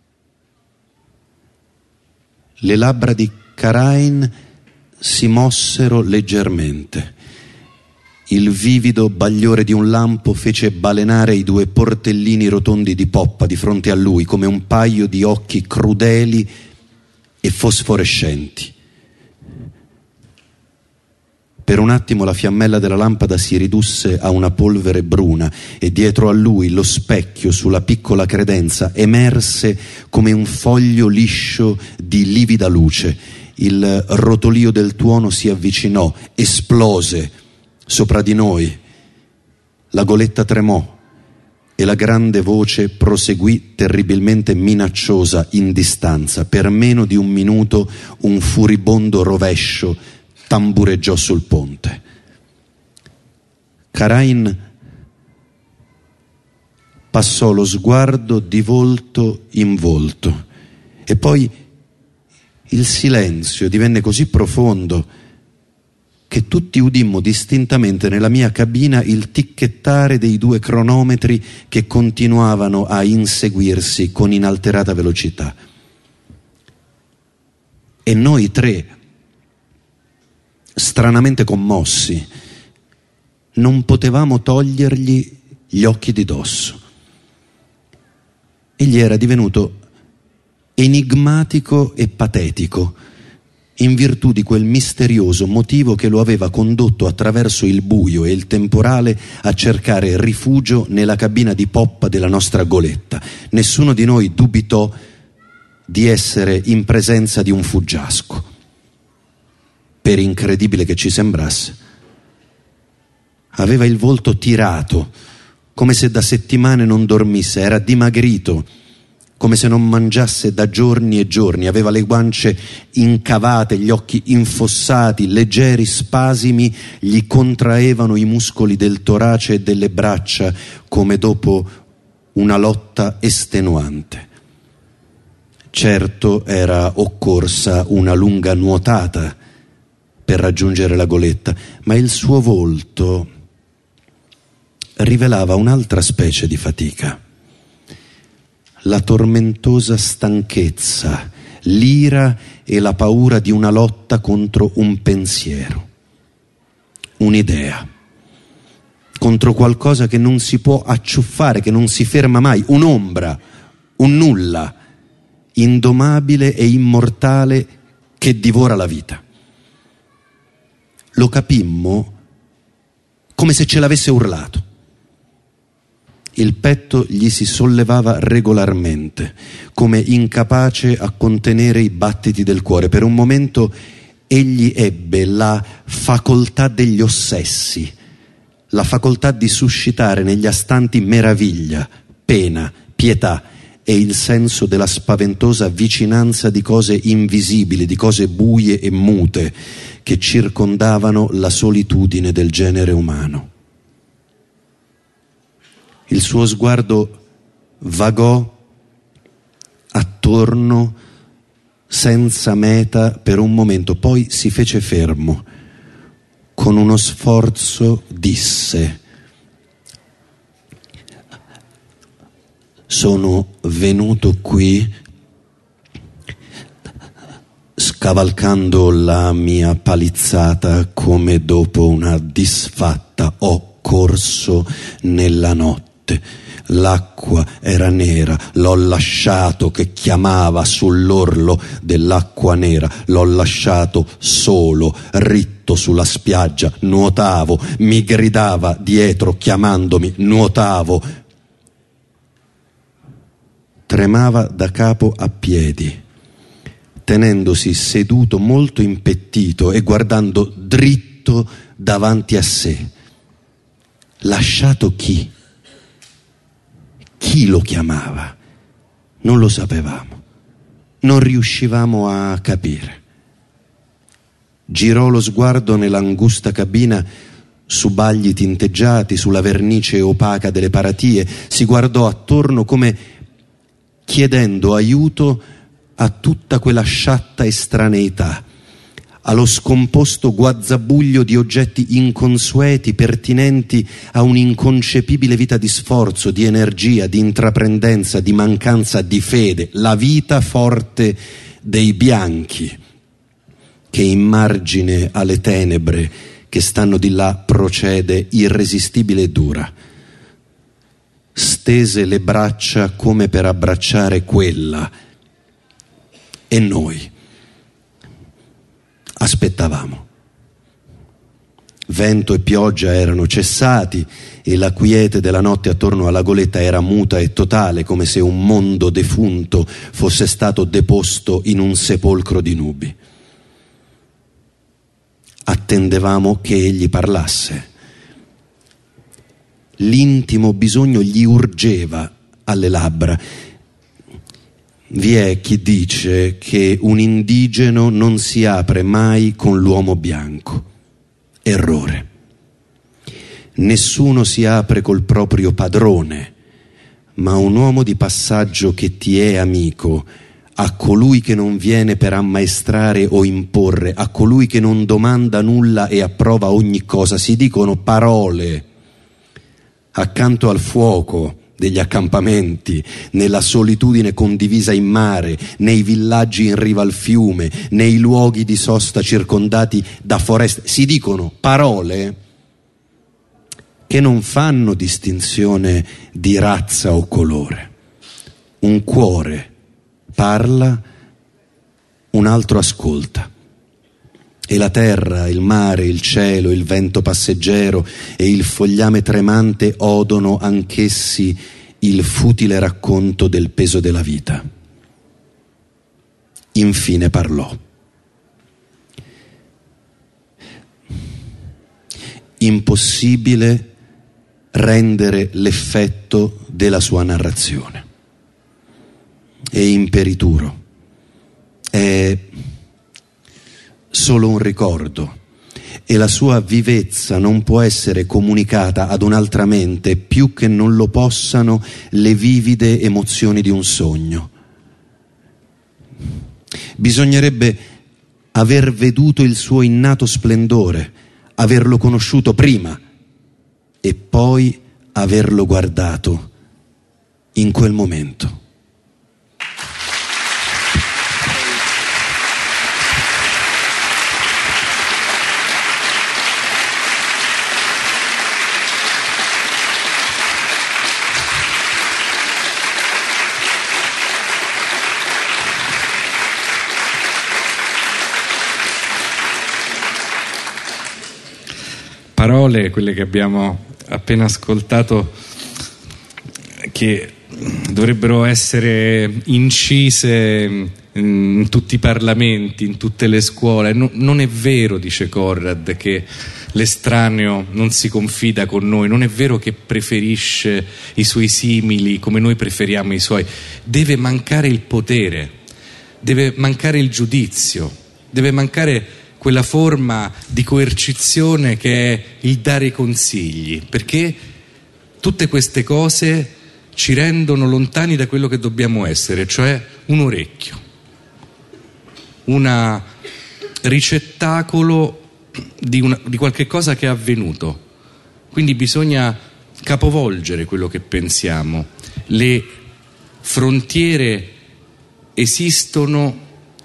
Le labbra di Karain si mossero leggermente. Il vivido bagliore di un lampo fece balenare i due portellini rotondi di poppa di fronte a lui come un paio di occhi crudeli e fosforescenti. Per un attimo la fiammella della lampada si ridusse a una polvere bruna e dietro a lui lo specchio sulla piccola credenza emerse come un foglio liscio di livida luce. Il rotolio del tuono si avvicinò, esplose sopra di noi. La goletta tremò e la grande voce proseguì terribilmente minacciosa in distanza. Per meno di un minuto un furibondo rovescio tambureggiò sul ponte. Karain passò lo sguardo di volto in volto e poi il silenzio divenne così profondo che tutti udimmo distintamente nella mia cabina il ticchettare dei due cronometri che continuavano a inseguirsi con inalterata velocità. E noi tre, stranamente commossi, non potevamo togliergli gli occhi di dosso. Egli era divenuto enigmatico e patetico in virtù di quel misterioso motivo che lo aveva condotto attraverso il buio e il temporale a cercare rifugio nella cabina di poppa della nostra goletta. Nessuno di noi dubitò di essere in presenza di un fuggiasco, per incredibile che ci sembrasse. Aveva il volto tirato, come se da settimane non dormisse, era dimagrito, come se non mangiasse da giorni e giorni, aveva le guance incavate, gli occhi infossati, leggeri spasimi gli contraevano i muscoli del torace e delle braccia come dopo una lotta estenuante. Certo era occorsa una lunga nuotata per raggiungere la goletta, ma il suo volto rivelava un'altra specie di fatica. La tormentosa stanchezza, l'ira e la paura di una lotta contro un pensiero, un'idea, contro qualcosa che non si può acciuffare, che non si ferma mai, un'ombra, un nulla, indomabile e immortale che divora la vita. Lo capimmo come se ce l'avesse urlato. Il petto gli si sollevava regolarmente, come incapace a contenere i battiti del cuore. Per un momento egli ebbe la facoltà degli ossessi, la facoltà di suscitare negli astanti meraviglia, pena, pietà e il senso della spaventosa vicinanza di cose invisibili, di cose buie e mute che circondavano la solitudine del genere umano. Il suo sguardo vagò attorno senza meta per un momento, poi si fece fermo. Con uno sforzo disse: sono venuto qui scavalcando la mia palizzata come dopo una disfatta. Ho corso nella notte. L'acqua era nera, l'ho lasciato che chiamava sull'orlo dell'acqua nera, l'ho lasciato solo, ritto sulla spiaggia, nuotavo, mi gridava dietro chiamandomi, nuotavo. Tremava da capo a piedi. tenendosi seduto molto impettito e guardando dritto davanti a sé. Lasciato chi? Chi lo chiamava? Non lo sapevamo, non riuscivamo a capire. Girò lo sguardo nell'angusta cabina, su bagli tinteggiati, sulla vernice opaca delle paratie, si guardò attorno come chiedendo aiuto a tutta quella sciatta estraneità, allo scomposto guazzabuglio di oggetti inconsueti pertinenti a un'inconcepibile vita di sforzo, di energia, di intraprendenza, di mancanza di fede, la vita forte dei bianchi, che in margine alle tenebre che stanno di là procede irresistibile e dura. Stese le braccia come per abbracciare quella, e noi aspettavamo. Vento e pioggia erano cessati e la quiete della notte attorno alla goletta era muta e totale, come se un mondo defunto fosse stato deposto in un sepolcro di nubi. Attendevamo che egli parlasse. L'intimo bisogno gli urgeva alle labbra. Vi è chi dice che un indigeno non si apre mai con l'uomo bianco. Errore. Nessuno si apre col proprio padrone, ma un uomo di passaggio che ti è amico, a colui che non viene per ammaestrare o imporre, a colui che non domanda nulla e approva ogni cosa, si dicono parole accanto al fuoco degli accampamenti, nella solitudine condivisa in mare, nei villaggi in riva al fiume, nei luoghi di sosta circondati da foreste. Si dicono parole che non fanno distinzione di razza o colore. Un cuore parla, un altro ascolta. E la terra, il mare, il cielo, il vento passeggero e il fogliame tremante odono anch'essi il futile racconto del peso della vita. Infine parlò. Impossibile rendere l'effetto della sua narrazione. È imperituro, è solo un ricordo e la sua vivezza non può essere comunicata ad un'altra mente più che non lo possano le vivide emozioni di un sogno. Bisognerebbe aver veduto il suo innato splendore, averlo conosciuto prima e poi averlo guardato in quel momento. Parole, quelle che abbiamo appena ascoltato, che dovrebbero essere incise in tutti i parlamenti, in tutte le scuole. Non è vero, dice Conrad, che l'estraneo non si confida con noi, non è vero che preferisce i suoi simili come noi preferiamo i suoi. Deve mancare il potere, deve mancare il giudizio, deve mancare quella forma di coercizione che è il dare consigli, perché tutte queste cose ci rendono lontani da quello che dobbiamo essere, cioè un orecchio, un ricettacolo di qualche cosa che è avvenuto. Quindi bisogna capovolgere quello che pensiamo. Le frontiere esistono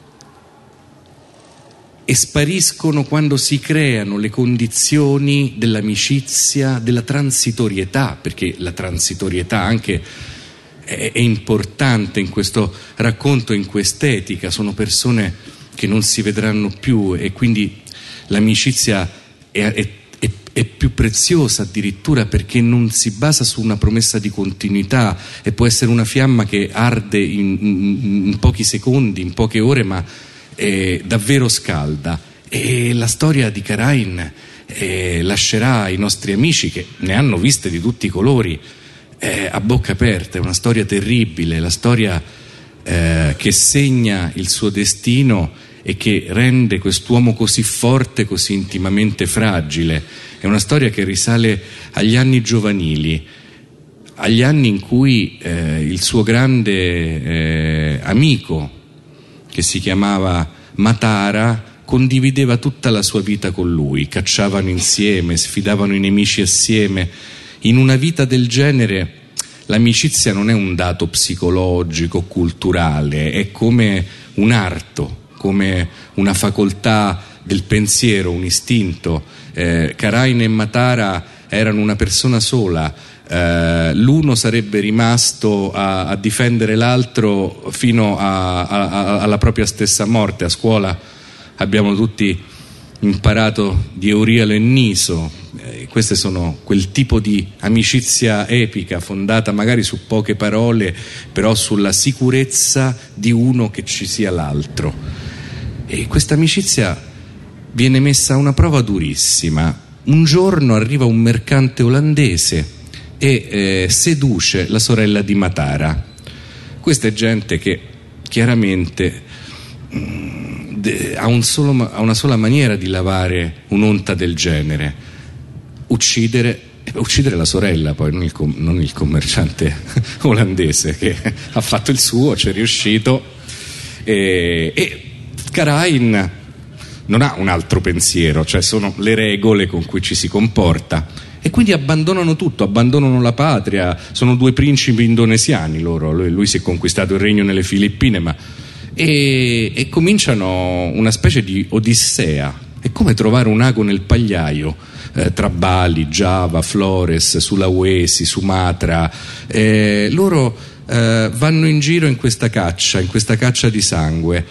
e spariscono quando si creano le condizioni dell'amicizia, della transitorietà, perché la transitorietà anche è importante in questo racconto, in quest'etica. Sono persone che non si vedranno più e quindi l'amicizia è più preziosa addirittura perché non si basa su una promessa di continuità e può essere una fiamma che arde in pochi secondi, in poche ore, ma davvero scalda. E la storia di Karain lascerà i nostri amici, che ne hanno viste di tutti i colori, a bocca aperta. È una storia terribile, la storia che segna il suo destino e che rende quest'uomo così forte, così intimamente fragile. È una storia che risale agli anni giovanili, agli anni in cui il suo grande amico, che si chiamava Matara, condivideva tutta la sua vita con lui, cacciavano insieme, sfidavano i nemici assieme. In una vita del genere l'amicizia non è un dato psicologico, culturale, è come un arto, come una facoltà del pensiero, un istinto. Karain e Matara erano una persona sola, l'uno sarebbe rimasto a difendere l'altro fino alla propria stessa morte. A scuola abbiamo tutti imparato di Eurialo e Niso. Queste sono quel tipo di amicizia epica, fondata magari su poche parole, però sulla sicurezza di uno che ci sia l'altro. E questa amicizia viene messa a una prova durissima. Un giorno arriva un mercante olandese e seduce la sorella di Matara. Questa è gente che chiaramente ha una sola maniera di lavare un'onta del genere: uccidere la sorella, poi non il commerciante olandese, che ha fatto il suo, ci è riuscito. E Karain non ha un altro pensiero, cioè sono le regole con cui ci si comporta, e quindi abbandonano tutto, abbandonano la patria. Sono due principi indonesiani loro, lui si è conquistato il regno nelle Filippine, e cominciano una specie di odissea. È come trovare un ago nel pagliaio, tra Bali, Giava, Flores, Sulawesi, Sumatra. Loro vanno in giro in questa caccia di sangue.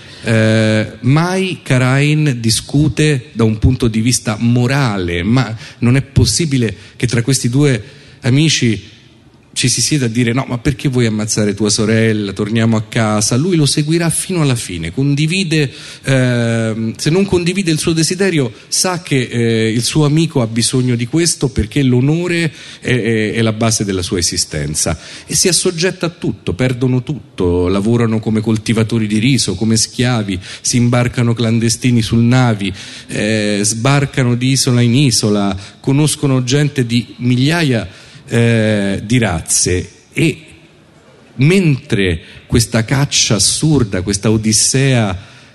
Mai Karain discute da un punto di vista morale, ma non è possibile che tra questi due amici ci si sieda a dire: no, ma perché vuoi ammazzare tua sorella, torniamo a casa. Lui lo seguirà fino alla fine, condivide, se non condivide il suo desiderio, sa che il suo amico ha bisogno di questo, perché l'onore è la base della sua esistenza, e si assoggetta a tutto. Perdono tutto, lavorano come coltivatori di riso, come schiavi, si imbarcano clandestini su navi, sbarcano di isola in isola, conoscono gente di migliaia di razze. E mentre questa caccia assurda, questa odissea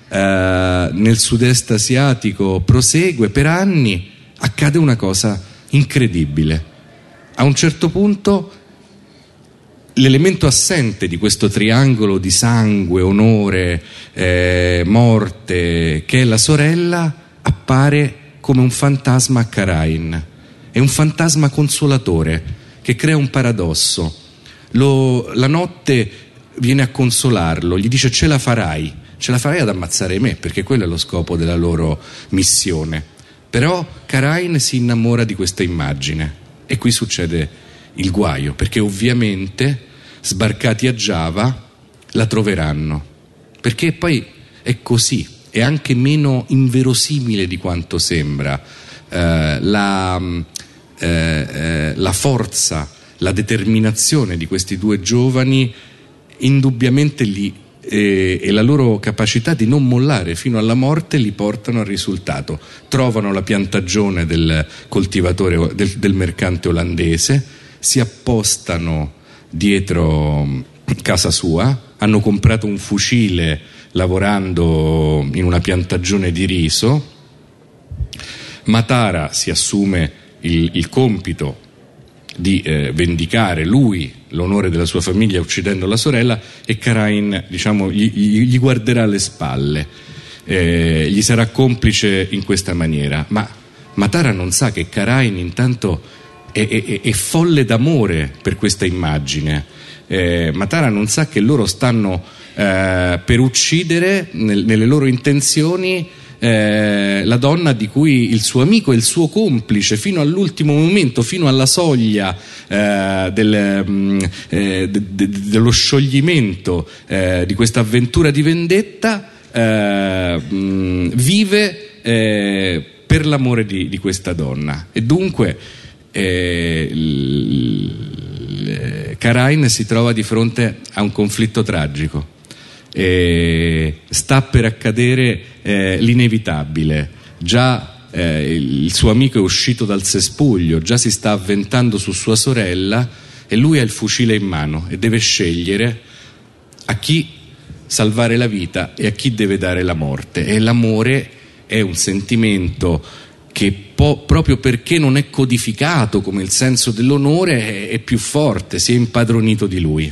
nel sud-est asiatico prosegue per anni, accade una cosa incredibile. A un certo punto l'elemento assente di questo triangolo di sangue, onore, morte, che è la sorella, appare come un fantasma a Karain. È un fantasma consolatore che crea un paradosso. La notte viene a consolarlo, gli dice: ce la farai ad ammazzare me, perché quello è lo scopo della loro missione. Però Karain si innamora di questa immagine, e qui succede il guaio, perché ovviamente sbarcati a Giava la troveranno, perché poi è così, è anche meno inverosimile di quanto sembra. La forza, la determinazione di questi due giovani indubbiamente e la loro capacità di non mollare fino alla morte li portano al risultato. Trovano la piantagione del coltivatore, del mercante olandese, si appostano dietro casa sua, hanno comprato un fucile lavorando in una piantagione di riso. Matara si assume il compito di vendicare lui l'onore della sua famiglia uccidendo la sorella, e Karain, diciamo, gli guarderà alle spalle, gli sarà complice in questa maniera. Ma Matara non sa che Karain intanto è folle d'amore per questa immagine. Matara non sa che loro stanno per uccidere nelle loro intenzioni la donna di cui il suo amico e il suo complice fino all'ultimo momento, fino alla soglia dello scioglimento di questa avventura di vendetta, vive per l'amore di questa donna, e dunque Karain si trova di fronte a un conflitto tragico. Sta per accadere l'inevitabile. Già il suo amico è uscito dal cespuglio, già si sta avventando su sua sorella, e lui ha il fucile in mano e deve scegliere a chi salvare la vita e a chi deve dare la morte. E l'amore è un sentimento che proprio perché non è codificato come il senso dell'onore è più forte, si è impadronito di lui.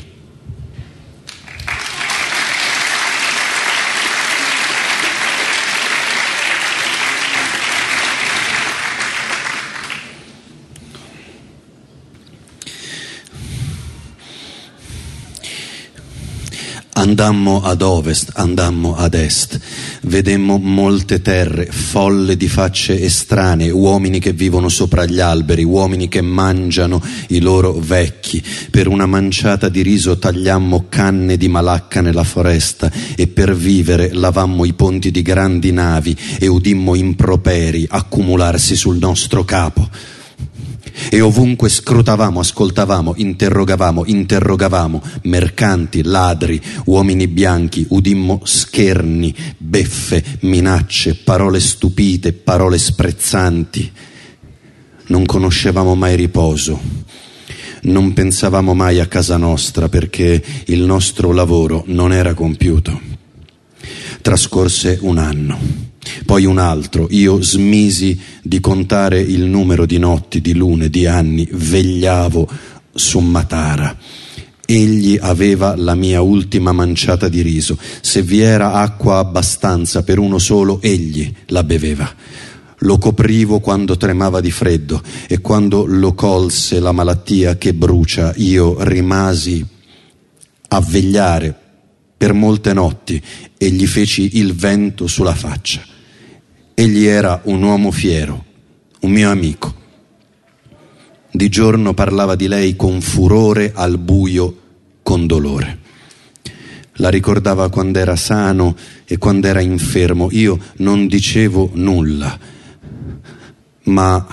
Andammo ad ovest, andammo ad est, vedemmo molte terre, folle di facce estranee, uomini che vivono sopra gli alberi, uomini che mangiano i loro vecchi. Per una manciata di riso tagliammo canne di malacca nella foresta, e per vivere lavammo i ponti di grandi navi e udimmo improperi accumularsi sul nostro capo. E ovunque scrutavamo, ascoltavamo, interrogavamo, mercanti, ladri, uomini bianchi, udimmo scherni, beffe, minacce, parole stupite, parole sprezzanti. Non conoscevamo mai riposo, non pensavamo mai a casa nostra, perché il nostro lavoro non era compiuto. Trascorse un anno. Poi un altro, io smisi di contare il numero di notti, di lune, di anni, vegliavo su Matara. Egli aveva la mia ultima manciata di riso, se vi era acqua abbastanza per uno solo, egli la beveva. Lo coprivo quando tremava di freddo, e quando lo colse la malattia che brucia, io rimasi a vegliare per molte notti e gli feci il vento sulla faccia. Egli era un uomo fiero, un mio amico. Di giorno parlava di lei con furore, al buio con dolore. La ricordava quando era sano e quando era infermo. Io non dicevo nulla, ma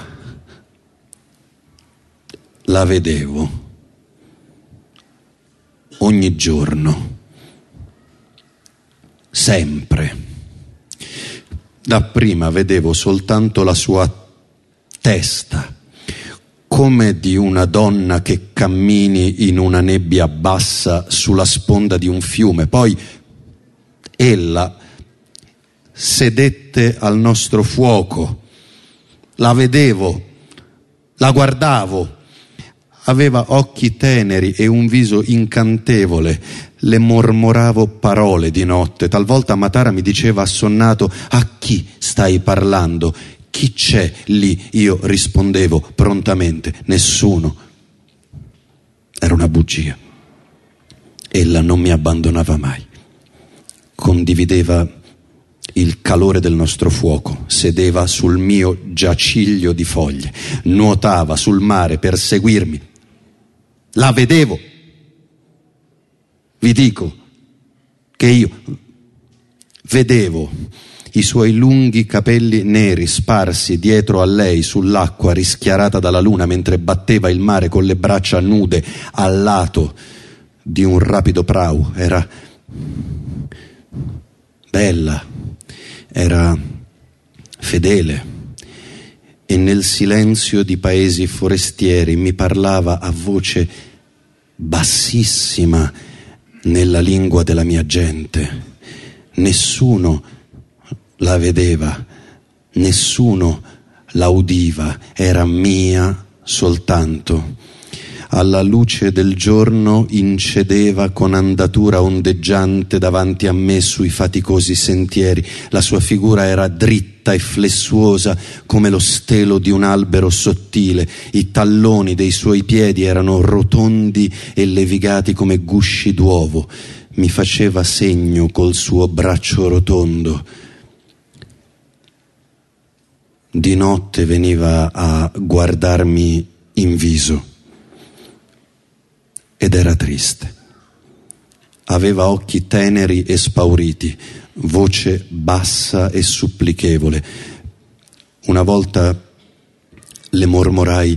la vedevo ogni giorno, sempre. Dapprima vedevo soltanto la sua testa, come di una donna che cammini in una nebbia bassa sulla sponda di un fiume. Poi ella sedette al nostro fuoco, la vedevo, la guardavo, aveva occhi teneri e un viso incantevole. Le mormoravo parole di notte. Talvolta Matara mi diceva assonnato: a chi stai parlando? Chi c'è lì? Io rispondevo prontamente: nessuno. Era una bugia. Ella non mi abbandonava mai. Condivideva il calore del nostro fuoco, sedeva sul mio giaciglio di foglie, nuotava sul mare per seguirmi. La vedevo. Vi dico che io vedevo i suoi lunghi capelli neri sparsi dietro a lei sull'acqua rischiarata dalla luna, mentre batteva il mare con le braccia nude al lato di un rapido prau. Era bella, era fedele, e nel silenzio di paesi forestieri mi parlava a voce bassissima nella lingua della mia gente. Nessuno la vedeva, nessuno la udiva, era mia soltanto. Alla luce del giorno incedeva con andatura ondeggiante davanti a me sui faticosi sentieri. La sua figura era dritta e flessuosa come lo stelo di un albero sottile. I talloni dei suoi piedi erano rotondi e levigati come gusci d'uovo. Mi faceva segno col suo braccio rotondo. Di notte veniva a guardarmi in viso ed era triste. Aveva occhi teneri e spauriti, voce bassa e supplichevole. Una volta le mormorai: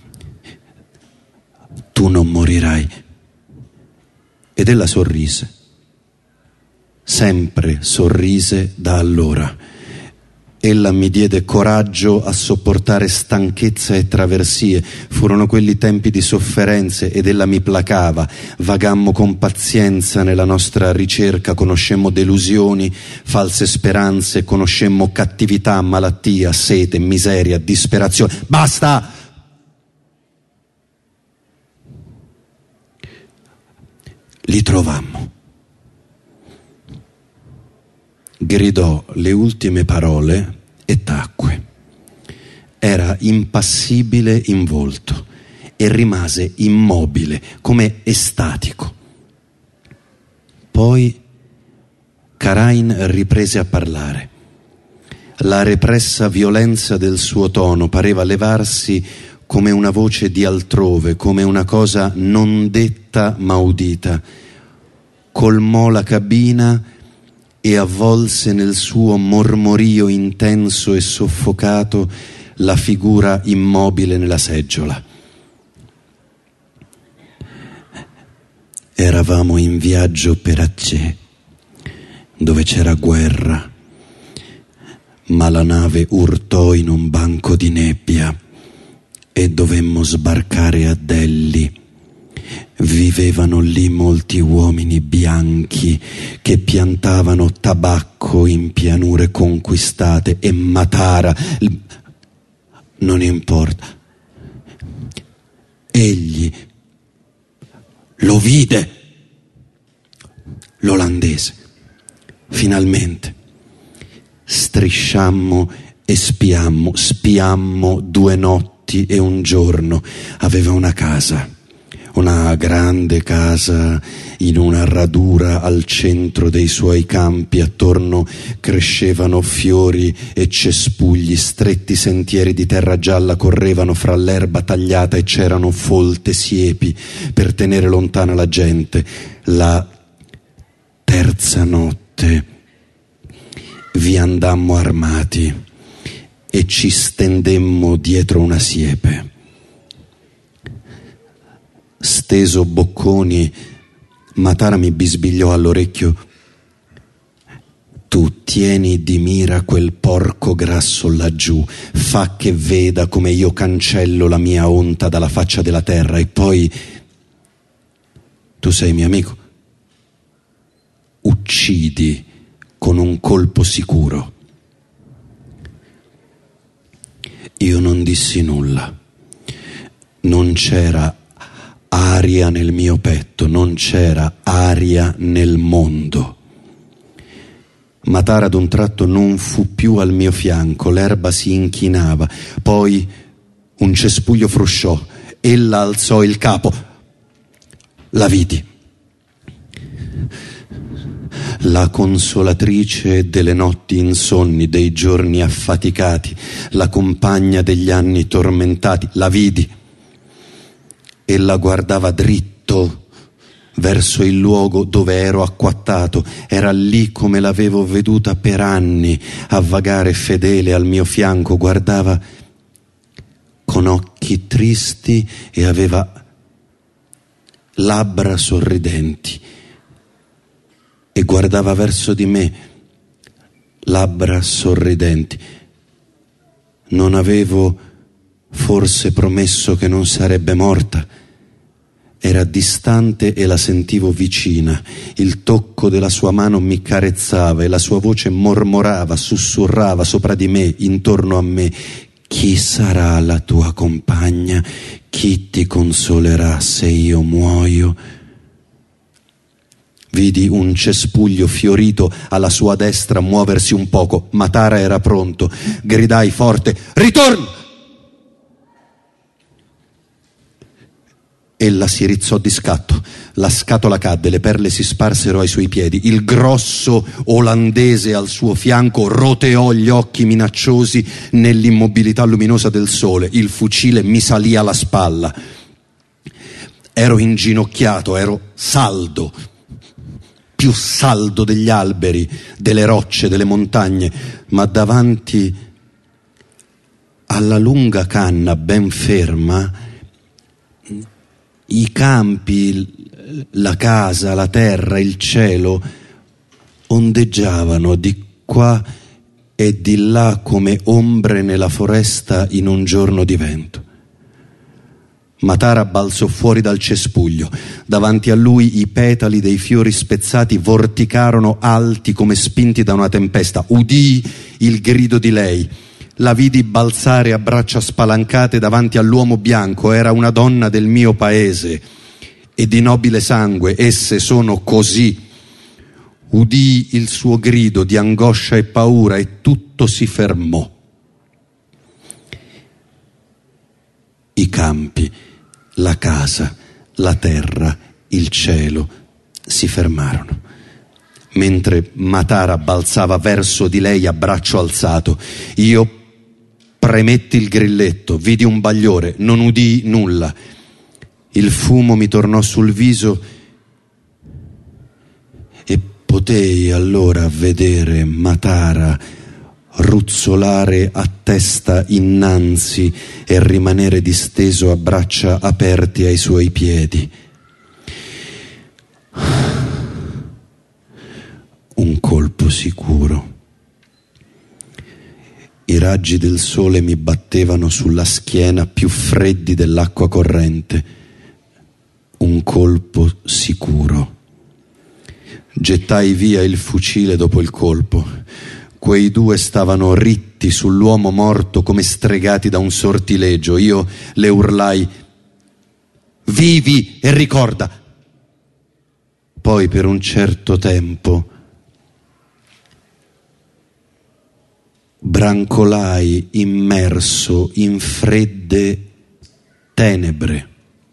tu non morirai. Ed ella sorrise. Sempre sorrise da allora. Ella mi diede coraggio a sopportare stanchezza e traversie. Furono quelli tempi di sofferenze ed ella mi placava. Vagammo con pazienza nella nostra ricerca, conoscemmo delusioni, false speranze, conoscemmo cattività, malattia, sete, miseria, disperazione. Basta! Li trovammo. Gridò le ultime parole e tacque. Era impassibile in volto e rimase immobile, come estatico. Poi Karain riprese a parlare. La repressa violenza del suo tono pareva levarsi come una voce di altrove, come una cosa non detta ma udita. Colmò la cabina e avvolse nel suo mormorio intenso e soffocato la figura immobile nella seggiola. Eravamo in viaggio per Aceh, dove c'era guerra, ma la nave urtò in un banco di nebbia e dovemmo sbarcare a Delhi. Vivevano lì molti uomini bianchi che piantavano tabacco in pianure conquistate e Matara, non importa, egli lo vide, l'olandese. Finalmente strisciammo e spiammo 2 notti e un giorno. Aveva una casa, una grande casa in una radura al centro dei suoi campi. Attorno crescevano fiori e cespugli, stretti sentieri di terra gialla correvano fra l'erba tagliata e c'erano folte siepi per tenere lontana la gente. La terza notte vi andammo armati e ci stendemmo dietro una siepe. Steso bocconi, Matara mi bisbigliò all'orecchio: tu tieni di mira quel porco grasso laggiù, fa che veda come io cancello la mia onta dalla faccia della terra, e poi tu sei mio amico, uccidi con un colpo sicuro. Io non dissi nulla. Non c'era aria nel mio petto, non c'era aria nel mondo. Matara ad un tratto non fu più al mio fianco, l'erba si inchinava, poi un cespuglio frusciò, ella alzò il capo, la vidi. La consolatrice delle notti insonni, dei giorni affaticati, la compagna degli anni tormentati, la vidi. Ella guardava dritto verso il luogo dove ero acquattato. Era lì come l'avevo veduta per anni, a vagare fedele al mio fianco. Guardava con occhi tristi e aveva labbra sorridenti. E guardava verso di me, labbra sorridenti. Non avevo forse promesso che non sarebbe morta? Era distante e la sentivo vicina. Il tocco della sua mano mi carezzava e la sua voce mormorava, sussurrava sopra di me, intorno a me. Chi sarà la tua compagna? Chi ti consolerà se io muoio? Vidi un cespuglio fiorito alla sua destra muoversi un poco. Matara era pronto. Gridai forte: ritorno! Ella si rizzò di scatto, la scatola cadde, le perle si sparsero ai suoi piedi. Il grosso olandese al suo fianco roteò gli occhi minacciosi nell'immobilità luminosa del sole. Il fucile mi salì alla spalla. Ero inginocchiato, ero saldo. più saldo degli alberi, delle rocce, delle montagne, ma davanti alla lunga canna ben ferma, i campi, la casa, la terra, il cielo ondeggiavano di qua e di là come ombre nella foresta in un giorno di vento. Matara balzò fuori dal cespuglio. Davanti a lui i petali dei fiori spezzati vorticarono alti come spinti da una tempesta. Udii il grido di lei. La vidi balzare a braccia spalancate davanti all'uomo bianco. Era una donna del mio paese e di nobile sangue. Esse sono così. Udii il suo grido di angoscia e paura e tutto si fermò. I campi, la casa, la terra, il cielo si fermarono. Mentre Matara balzava verso di lei a braccio alzato, io premetti il grilletto, vidi un bagliore, non udii nulla. Il fumo mi tornò sul viso e potei allora vedere Matara ruzzolare a testa innanzi e rimanere disteso a braccia aperti ai suoi piedi. Un colpo sicuro. I raggi del sole mi battevano sulla schiena più freddi dell'acqua corrente. Un colpo sicuro. Gettai via il fucile dopo il colpo. Quei due stavano ritti sull'uomo morto come stregati da un sortilegio. Io le urlai: vivi e ricorda! Poi per un certo tempo brancolai immerso in fredde tenebre.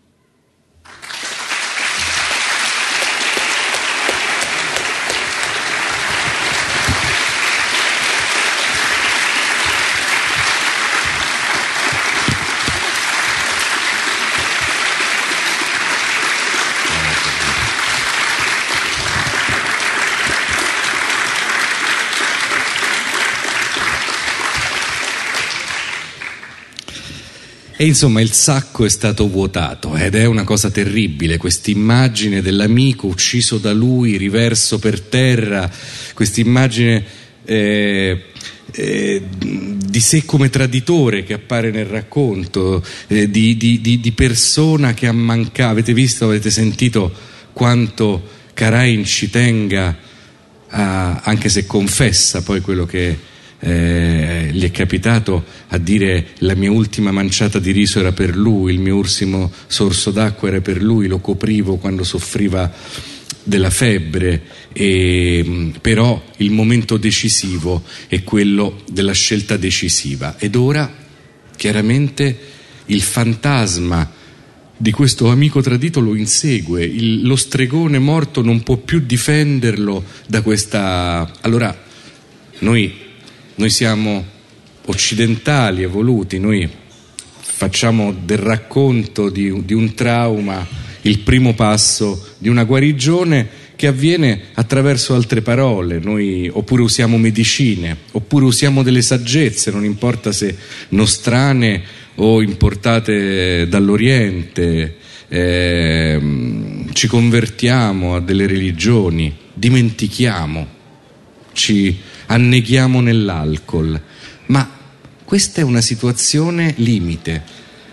E insomma il sacco è stato vuotato ed è una cosa terribile, quest'immagine dell'amico ucciso da lui, riverso per terra, quest'immagine di sé come traditore che appare nel racconto, di persona che ammanca. Avete visto, avete sentito quanto Karain ci tenga, anche se confessa poi quello che gli è capitato, a dire: la mia ultima manciata di riso era per lui, il mio ultimo sorso d'acqua era per lui, lo coprivo quando soffriva della febbre. Però il momento decisivo è quello della scelta decisiva, ed ora chiaramente il fantasma di questo amico tradito lo insegue. Lo stregone morto non può più difenderlo da questa. Allora noi siamo occidentali, evoluti, noi facciamo del racconto di un trauma il primo passo di una guarigione che avviene attraverso altre parole. Noi oppure usiamo medicine, oppure usiamo delle saggezze, non importa se nostrane o importate dall'Oriente, ci convertiamo a delle religioni, dimentichiamo, ci anneghiamo nell'alcol, ma questa è una situazione limite.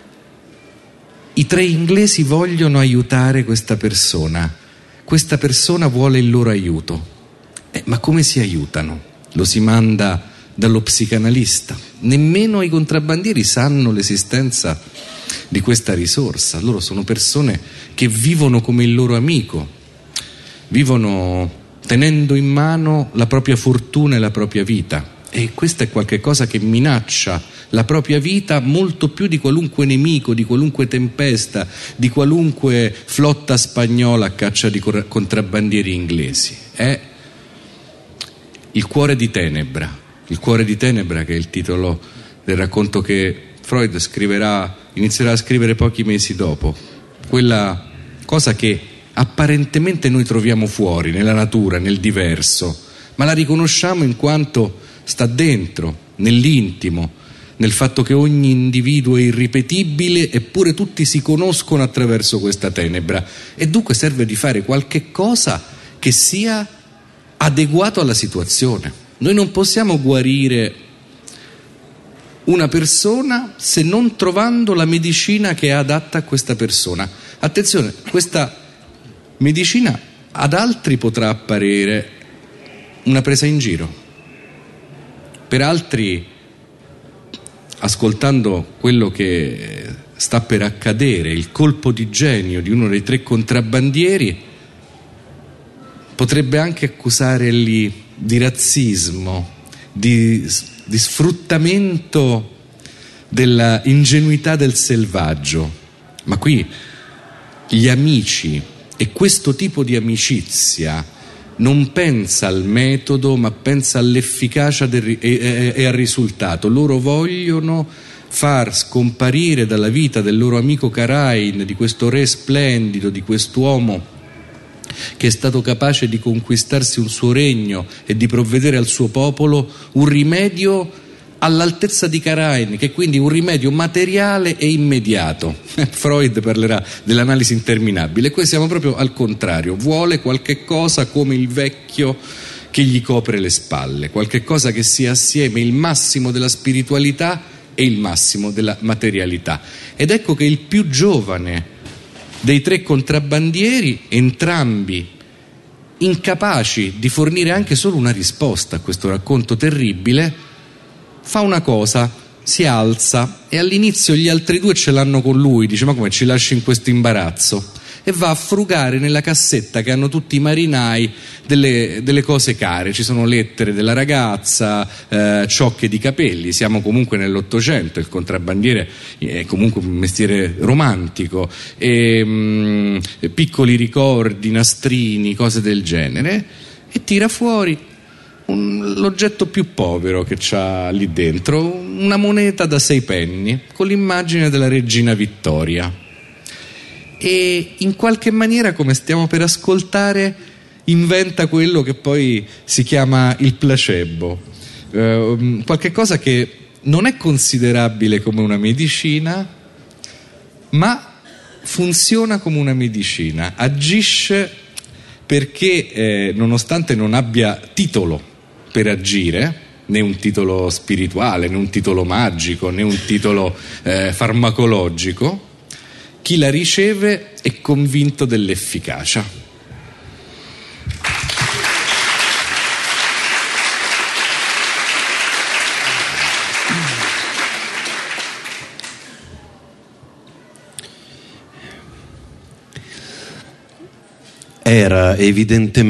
I tre inglesi vogliono aiutare questa persona vuole il loro aiuto, ma come si aiutano? Lo si manda dallo psicanalista. Nemmeno i contrabbandieri sanno l'esistenza di questa risorsa. Loro sono persone che vivono come il loro amico, vivono tenendo in mano la propria fortuna e la propria vita, e questo è qualcosa che minaccia la propria vita molto più di qualunque nemico, di qualunque tempesta, di qualunque flotta spagnola a caccia di contrabbandieri inglesi. È il cuore di tenebra, che è il titolo del racconto che Freud inizierà a scrivere pochi mesi dopo, quella cosa che apparentemente noi troviamo fuori, nella natura, nel diverso, ma la riconosciamo in quanto sta dentro, nell'intimo, nel fatto che ogni individuo è irripetibile, eppure tutti si conoscono attraverso questa tenebra, e dunque serve di fare qualche cosa che sia adeguato alla situazione. Noi non possiamo guarire una persona se non trovando la medicina che è adatta a questa persona. Attenzione, questa medicina ad altri potrà apparire una presa in giro, per altri, ascoltando quello che sta per accadere, il colpo di genio di uno dei 3 contrabbandieri, potrebbe anche accusarli di razzismo, di sfruttamento della ingenuità del selvaggio. Ma qui gli amici e questo tipo di amicizia non pensa al metodo, ma pensa all'efficacia e al risultato. Loro vogliono far scomparire dalla vita del loro amico Karain, di questo re splendido, di quest'uomo che è stato capace di conquistarsi un suo regno e di provvedere al suo popolo, un rimedio all'altezza di Karain, che è quindi un rimedio materiale e immediato. Freud parlerà dell'analisi interminabile. Qui siamo proprio al contrario, vuole qualche cosa come il vecchio che gli copre le spalle, qualche cosa che sia assieme il massimo della spiritualità e il massimo della materialità. Ed ecco che il più giovane dei 3 contrabbandieri, entrambi incapaci di fornire anche solo una risposta a questo racconto terribile, fa una cosa, si alza, e all'inizio gli altri 2 ce l'hanno con lui, dice: ma come ci lasci in questo imbarazzo? E va a frugare nella cassetta che hanno tutti i marinai delle cose care. Ci sono lettere della ragazza, ciocche di capelli, siamo comunque nell'800, il contrabbandiere è comunque un mestiere romantico, e piccoli ricordi, nastrini, cose del genere, e tira fuori l'oggetto più povero che c'ha lì dentro, una moneta da 6 penny con l'immagine della regina Vittoria, e in qualche maniera, come stiamo per ascoltare, inventa quello che poi si chiama il placebo, qualche cosa che non è considerabile come una medicina, ma funziona come una medicina, agisce perché nonostante non abbia titolo per agire, né un titolo spirituale, né un titolo magico, né un titolo farmacologico, chi la riceve è convinto dell'efficacia. Era evidente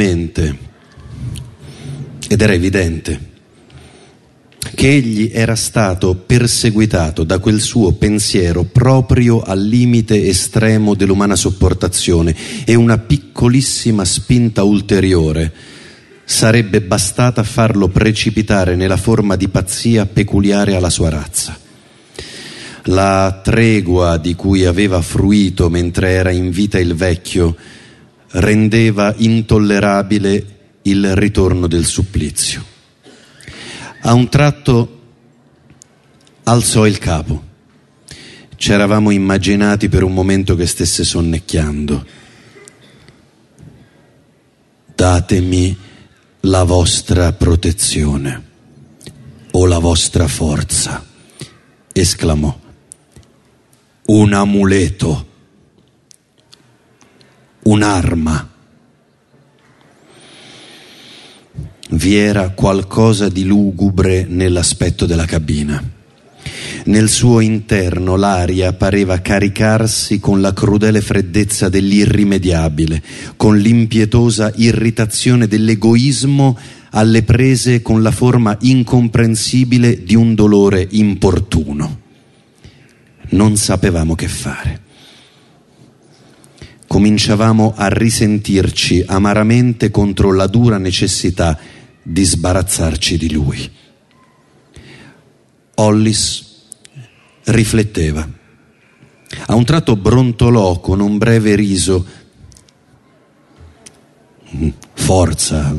che egli era stato perseguitato da quel suo pensiero proprio al limite estremo dell'umana sopportazione, e una piccolissima spinta ulteriore sarebbe bastata a farlo precipitare nella forma di pazzia peculiare alla sua razza. La tregua di cui aveva fruito mentre era in vita il vecchio rendeva intollerabile il ritorno del supplizio. A un tratto alzò il capo. Ci eravamo immaginati per un momento che stesse sonnecchiando. Datemi la vostra protezione o la vostra forza, esclamò. Un amuleto, un'arma. Vi era qualcosa di lugubre nell'aspetto della cabina. Nel suo interno l'aria pareva caricarsi con la crudele freddezza dell'irrimediabile, con l'impietosa irritazione dell'egoismo alle prese con la forma incomprensibile di un dolore importuno. Non sapevamo che fare. Cominciavamo a risentirci amaramente contro la dura necessità di sbarazzarci di lui. Hollis rifletteva. A un tratto brontolò con un breve riso: forza,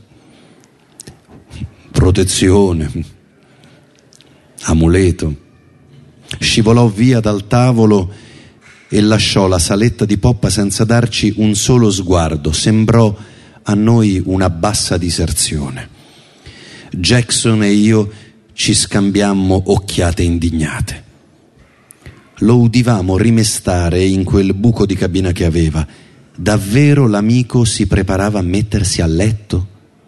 protezione, amuleto. Scivolò via dal tavolo e lasciò la saletta di poppa senza darci un solo sguardo. Sembrò a noi una bassa diserzione. Jackson e io ci scambiammo occhiate indignate. Lo udivamo rimestare in quel buco di cabina che aveva. Davvero l'amico si preparava a mettersi a letto?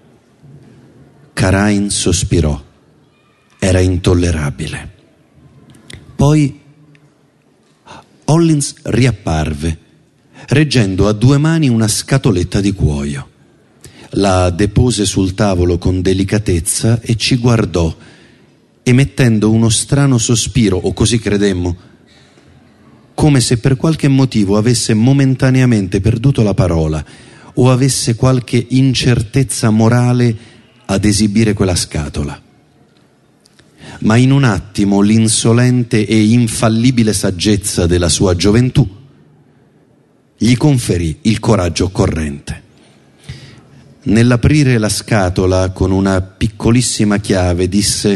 Karain sospirò. Era intollerabile. Poi Hollins riapparve, reggendo a 2 mani una scatoletta di cuoio. La depose sul tavolo con delicatezza e ci guardò, emettendo uno strano sospiro, o così credemmo, come se per qualche motivo avesse momentaneamente perduto la parola o avesse qualche incertezza morale ad esibire quella scatola. Ma in un attimo l'insolente e infallibile saggezza della sua gioventù gli conferì il coraggio occorrente. Nell'aprire la scatola con una piccolissima chiave disse: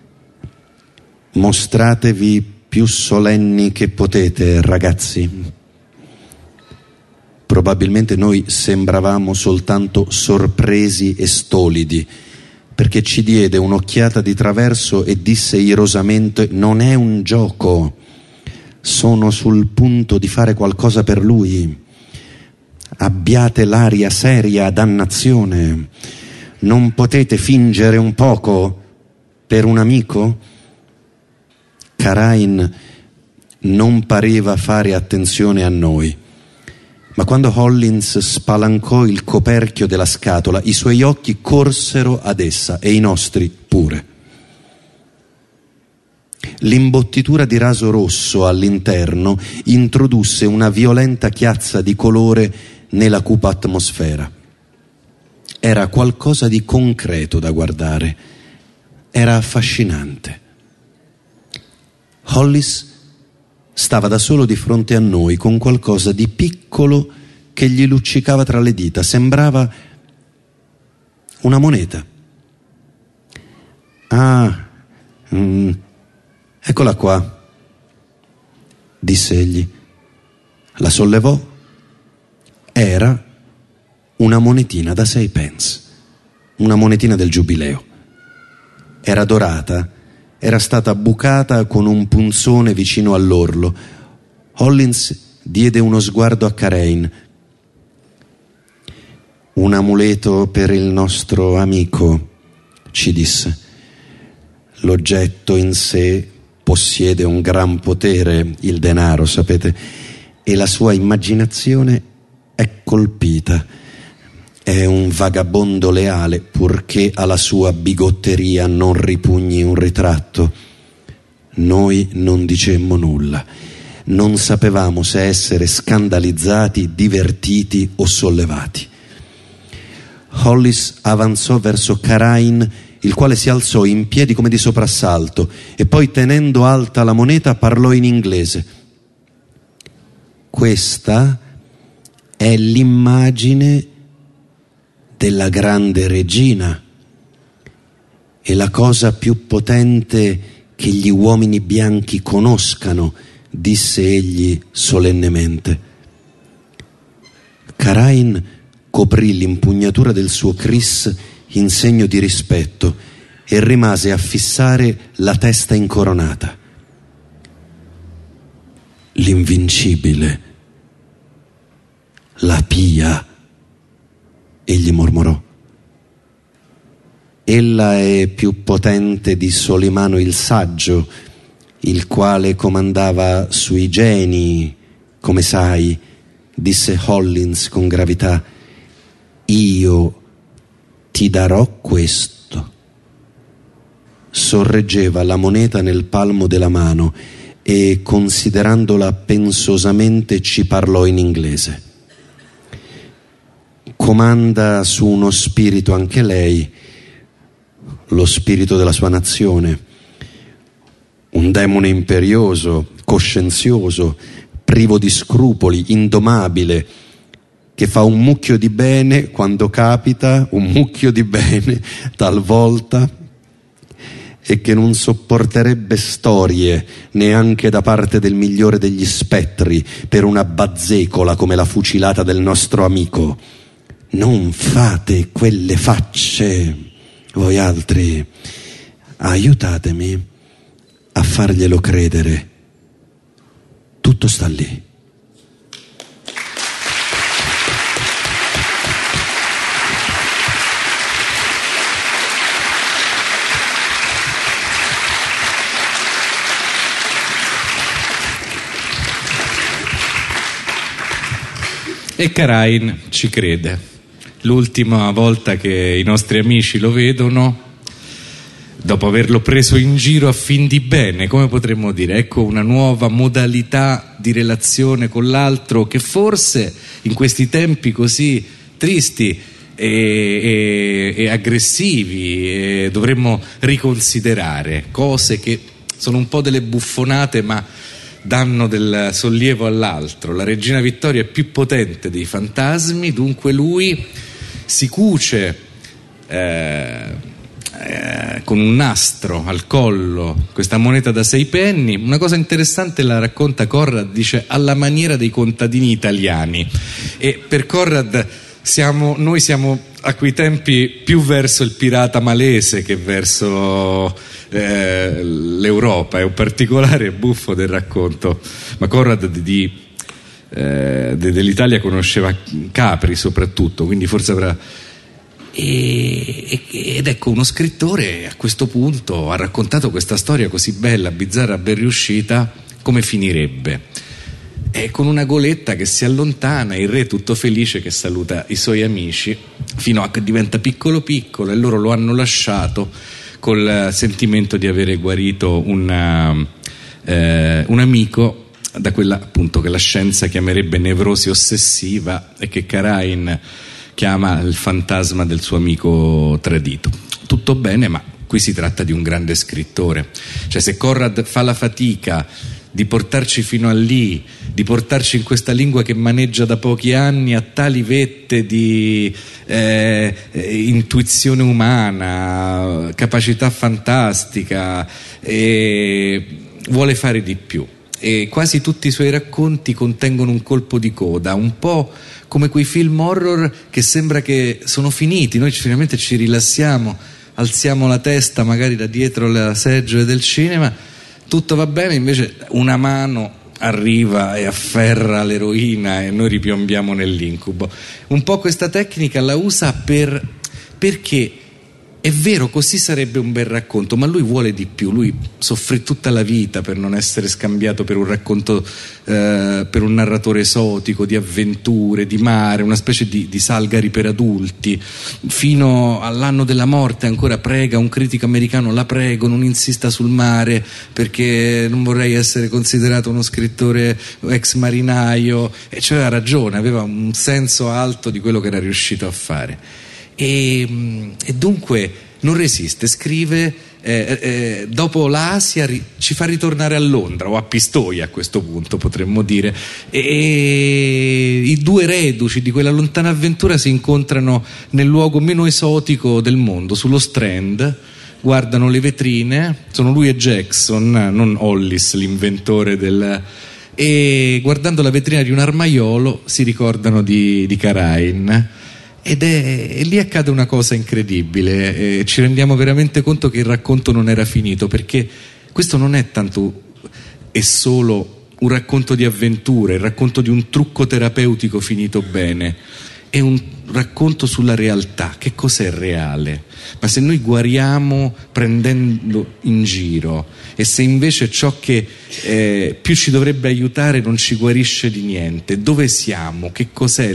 mostratevi più solenni che potete, ragazzi. Probabilmente noi sembravamo soltanto sorpresi e stolidi, perché ci diede un'occhiata di traverso e disse irosamente: non è un gioco, sono sul punto di fare qualcosa per lui. Abbiate l'aria seria, dannazione. Non potete fingere un poco per un amico? Karain non pareva fare attenzione a noi, ma quando Hollins spalancò il coperchio della scatola, i suoi occhi corsero ad essa e i nostri pure. L'imbottitura di raso rosso all'interno introdusse una violenta chiazza di colore nella cupa atmosfera. Era qualcosa di concreto da guardare, era affascinante. Hollis stava da solo di fronte a noi con qualcosa di piccolo che gli luccicava tra le dita. Sembrava una moneta. Eccola qua, disse egli. La sollevò. Era una monetina da 6 pence, una monetina del giubileo. Era dorata. Era stata bucata con un punzone vicino all'orlo. Hollins diede uno sguardo a Karain. Un amuleto per il nostro amico, ci disse. L'oggetto in sé possiede un gran potere, il denaro, sapete, e la sua immaginazione è colpita. È un vagabondo leale, purché alla sua bigotteria non ripugni un ritratto. Noi non dicemmo nulla. Non sapevamo se essere scandalizzati, divertiti o sollevati. Hollis avanzò verso Karain, il quale si alzò in piedi come di soprassalto e poi, tenendo alta la moneta, parlò in inglese. Questa è l'immagine della grande regina e la cosa più potente che gli uomini bianchi conoscano, disse egli solennemente. Karain coprì l'impugnatura del suo Chris in segno di rispetto e rimase a fissare la testa incoronata. L'invincibile, la pia, egli mormorò. Ella è più potente di Solimano il saggio, il quale comandava sui geni, come sai, disse Hollins con gravità. Io ti darò questo. Sorreggeva la moneta nel palmo della mano e, considerandola pensosamente, ci parlò in inglese. Comanda su uno spirito anche lei, lo spirito della sua nazione, un demone imperioso, coscienzioso, privo di scrupoli, indomabile, che fa un mucchio di bene quando capita, un mucchio di bene talvolta, e che non sopporterebbe storie neanche da parte del migliore degli spettri per una bazzecola come la fucilata del nostro amico. Non fate quelle facce, voi altri. Aiutatemi a farglielo credere. Tutto sta lì. E Karain ci crede. L'ultima volta che i nostri amici lo vedono, dopo averlo preso in giro a fin di bene, come potremmo dire, ecco una nuova modalità di relazione con l'altro che forse in questi tempi così tristi e aggressivi dovremmo riconsiderare, cose che sono un po' delle buffonate ma danno del sollievo all'altro. La regina Vittoria è più potente dei fantasmi, dunque lui si cuce con un nastro al collo questa moneta da 6 penny. Una cosa interessante la racconta Conrad, dice alla maniera dei contadini italiani, e per Conrad noi siamo a quei tempi più verso il pirata malese che verso l'Europa. È un particolare buffo del racconto, ma Conrad dell'Italia conosceva Capri soprattutto, quindi forse avrà ed ecco uno scrittore a questo punto ha raccontato questa storia così bella, bizzarra, ben riuscita. Come finirebbe? Con una goletta che si allontana, il re tutto felice che saluta i suoi amici fino a che diventa piccolo piccolo, e loro lo hanno lasciato col sentimento di avere guarito un amico da quella appunto che la scienza chiamerebbe nevrosi ossessiva e che Karain chiama il fantasma del suo amico tradito. Tutto bene, ma qui si tratta di un grande scrittore. Cioè, se Conrad fa la fatica di portarci fino a lì, di portarci in questa lingua che maneggia da pochi anni a tali vette di intuizione umana, capacità fantastica, vuole fare di più, e quasi tutti i suoi racconti contengono un colpo di coda, un po' come quei film horror che sembra che sono finiti, noi finalmente ci rilassiamo, alziamo la testa magari da dietro la seggiola del cinema, tutto va bene, invece una mano arriva e afferra l'eroina e noi ripiombiamo nell'incubo. Un po' questa tecnica la usa perché è vero, così sarebbe un bel racconto, ma lui vuole di più. Lui soffrì tutta la vita per non essere scambiato per un racconto, per un narratore esotico di avventure, di mare, una specie di Salgari per adulti. Fino all'anno della morte ancora prega un critico americano: la prego, non insista sul mare perché non vorrei essere considerato uno scrittore ex marinaio. E aveva ragione, aveva un senso alto di quello che era riuscito a fare. E dunque non resiste, scrive, dopo l'Asia ci fa ritornare a Londra, o a Pistoia a questo punto potremmo dire, e i due reduci di quella lontana avventura si incontrano nel luogo meno esotico del mondo, sullo Strand, guardano le vetrine, sono lui e Jackson, non Hollis l'inventore e guardando la vetrina di un armaiolo si ricordano di Karain. E lì accade una cosa incredibile, ci rendiamo veramente conto che il racconto non era finito, perché questo non è tanto e solo un racconto di avventure, il racconto di un trucco terapeutico finito bene, è un racconto sulla realtà. Che cos'è reale? Ma se noi guariamo prendendo in giro, e se invece ciò che più ci dovrebbe aiutare non ci guarisce di niente, dove siamo? Che cos'è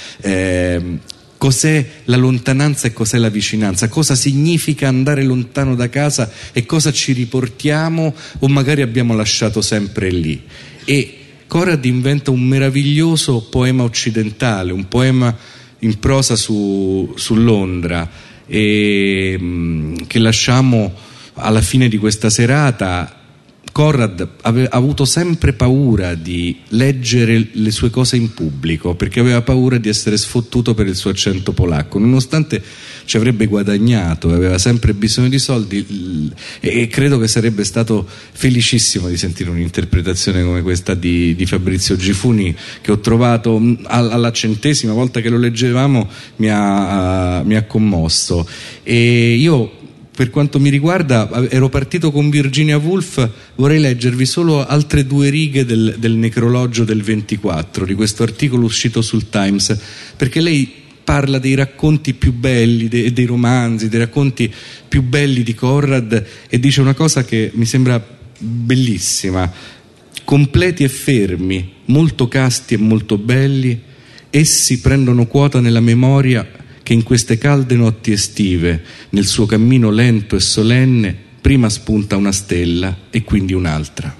cos'è la lontananza e cos'è la vicinanza? Cosa significa andare lontano da casa e cosa ci riportiamo o magari abbiamo lasciato sempre lì? E Conrad inventa un meraviglioso poema occidentale, un poema in prosa su Londra, che lasciamo alla fine di questa serata Conrad ha avuto sempre paura di leggere le sue cose in pubblico, perché aveva paura di essere sfottuto per il suo accento polacco, nonostante ci avrebbe guadagnato, aveva sempre bisogno di soldi, e credo che sarebbe stato felicissimo di sentire un'interpretazione come questa di Fabrizio Gifuni, che ho trovato alla 100ª volta che lo leggevamo mi ha commosso. E io, per quanto mi riguarda, ero partito con Virginia Woolf. Vorrei leggervi solo altre 2 righe del necrologio del 24, di questo articolo uscito sul Times, perché lei parla dei racconti più belli, dei romanzi, dei racconti più belli di Conrad, e dice una cosa che mi sembra bellissima: completi e fermi, molto casti e molto belli, essi prendono quota nella memoria che in queste calde notti estive, nel suo cammino lento e solenne, prima spunta una stella e quindi un'altra.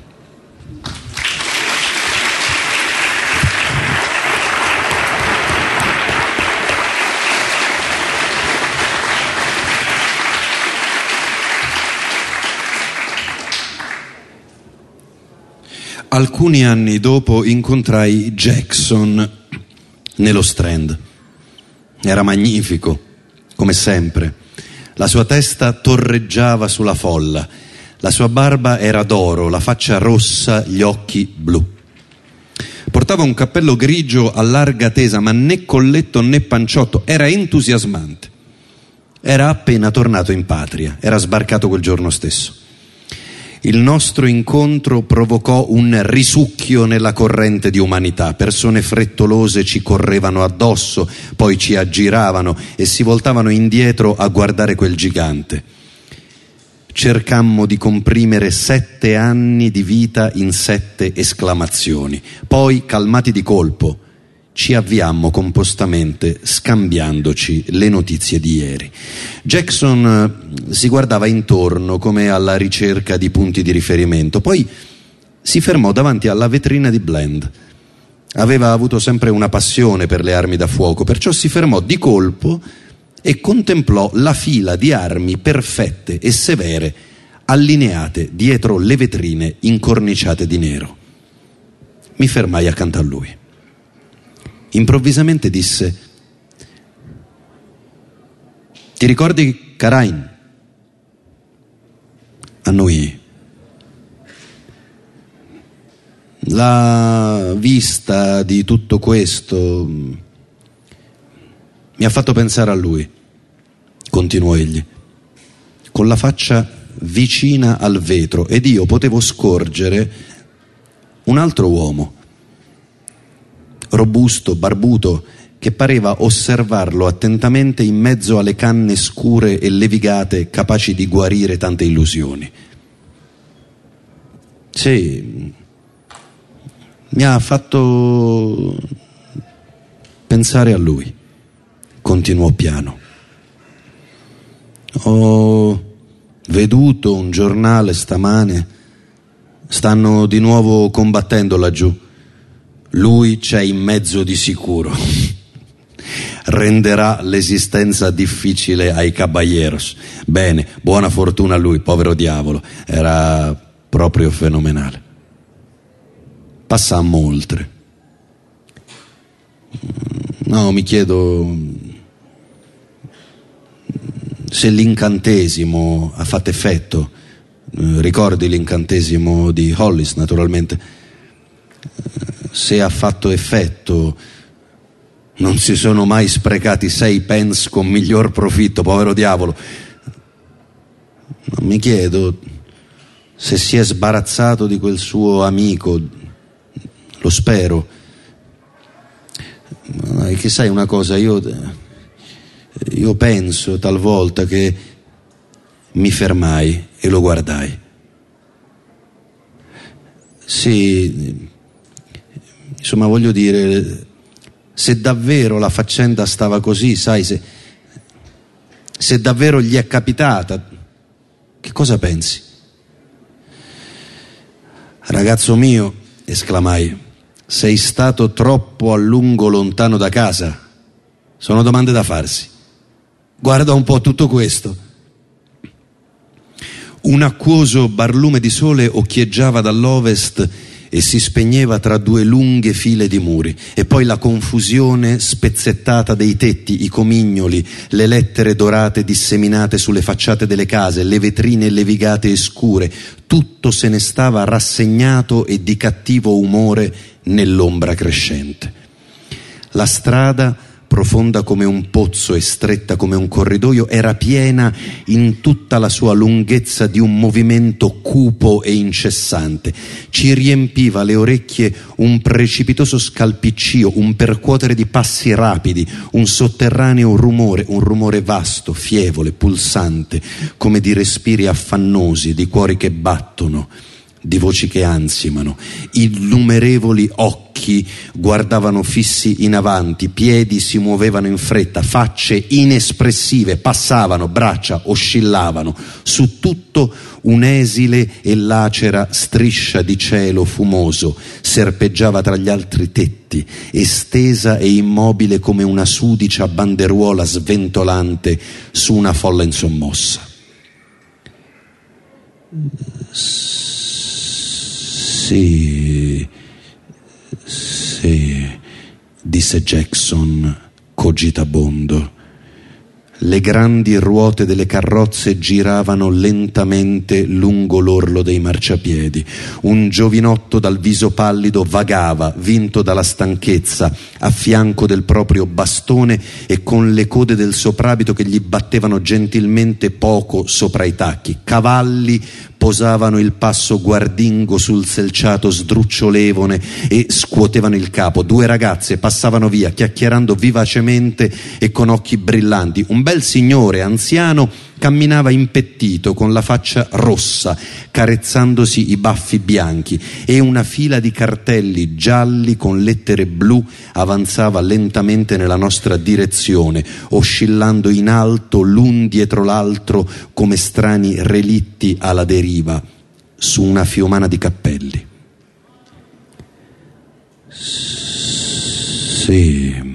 Alcuni anni dopo incontrai Jackson nello Strand. Era magnifico, come sempre. La sua testa torreggiava sulla folla, la sua barba era d'oro, la faccia rossa, gli occhi blu. Portava un cappello grigio a larga tesa, ma né colletto né panciotto, era entusiasmante. Era appena tornato in patria, era sbarcato quel giorno stesso. Il nostro incontro provocò un risucchio nella corrente di umanità. Persone frettolose ci correvano addosso, poi ci aggiravano e si voltavano indietro a guardare quel gigante. Cercammo di comprimere 7 anni di vita in 7 esclamazioni. Poi, calmati di colpo, ci avviammo compostamente, scambiandoci le notizie di ieri. Jackson si guardava intorno come alla ricerca di punti di riferimento, poi si fermò davanti alla vetrina di Bland. Aveva avuto sempre una passione per le armi da fuoco, perciò si fermò di colpo e contemplò la fila di armi perfette e severe allineate dietro le vetrine incorniciate di nero. Mi fermai accanto a lui. Improvvisamente disse: ti ricordi Karain? Annui. La vista di tutto questo mi ha fatto pensare a lui, continuò egli, con la faccia vicina al vetro, ed io potevo scorgere un altro uomo, robusto, barbuto, che pareva osservarlo attentamente in mezzo alle canne scure e levigate capaci di guarire tante illusioni. Sì, mi ha fatto pensare a lui, continuò piano. Ho veduto un giornale stamane, stanno di nuovo combattendo laggiù. Lui c'è in mezzo di sicuro. Renderà l'esistenza difficile ai caballeros. Bene, buona fortuna a lui, povero diavolo. Era proprio fenomenale. Passammo oltre. No, mi chiedo se l'incantesimo ha fatto effetto. Ricordi l'incantesimo di Hollis, naturalmente. Se ha fatto effetto, non si sono mai sprecati 6 pence con miglior profitto, povero diavolo. Mi chiedo se si è sbarazzato di quel suo amico, lo spero. Che sai una cosa, io penso talvolta che mi fermai e lo guardai. Sì, insomma, voglio dire, se davvero la faccenda stava così, sai, se davvero gli è capitata, che cosa pensi? Ragazzo mio, esclamai, sei stato troppo a lungo lontano da casa. Sono domande da farsi. Guarda un po' tutto questo. Un acquoso barlume di sole occhieggiava dall'ovest e si spegneva tra due lunghe file di muri, e poi la confusione spezzettata dei tetti, i comignoli, le lettere dorate disseminate sulle facciate delle case, le vetrine levigate e scure, tutto se ne stava rassegnato e di cattivo umore nell'ombra crescente. La strada, profonda come un pozzo e stretta come un corridoio, era piena in tutta la sua lunghezza di un movimento cupo e incessante. Ci riempiva le orecchie un precipitoso scalpiccio, un percuotere di passi rapidi, un sotterraneo rumore, un rumore vasto, fievole, pulsante, come di respiri affannosi, di cuori che battono, di voci che ansimano. Innumerevoli occhi guardavano fissi in avanti, piedi si muovevano in fretta, facce inespressive passavano, braccia oscillavano. Su tutto un'esile e lacera striscia di cielo fumoso serpeggiava tra gli altri tetti, estesa e immobile come una sudicia banderuola sventolante su una folla insommossa. Sì, disse Jackson cogitabondo. Le grandi ruote delle carrozze giravano lentamente lungo l'orlo dei marciapiedi. Un giovinotto dal viso pallido vagava, vinto dalla stanchezza, a fianco del proprio bastone e con le code del soprabito che gli battevano gentilmente poco sopra i tacchi. Cavalli posavano il passo guardingo sul selciato sdrucciolevole e scuotevano il capo. Due ragazze passavano via chiacchierando vivacemente e con occhi brillanti. Un bel signore anziano camminava impettito con la faccia rossa, carezzandosi i baffi bianchi, e una fila di cartelli gialli con lettere blu avanzava lentamente nella nostra direzione, oscillando in alto l'un dietro l'altro come strani relitti alla deriva su una fiumana di cappelli. Sì,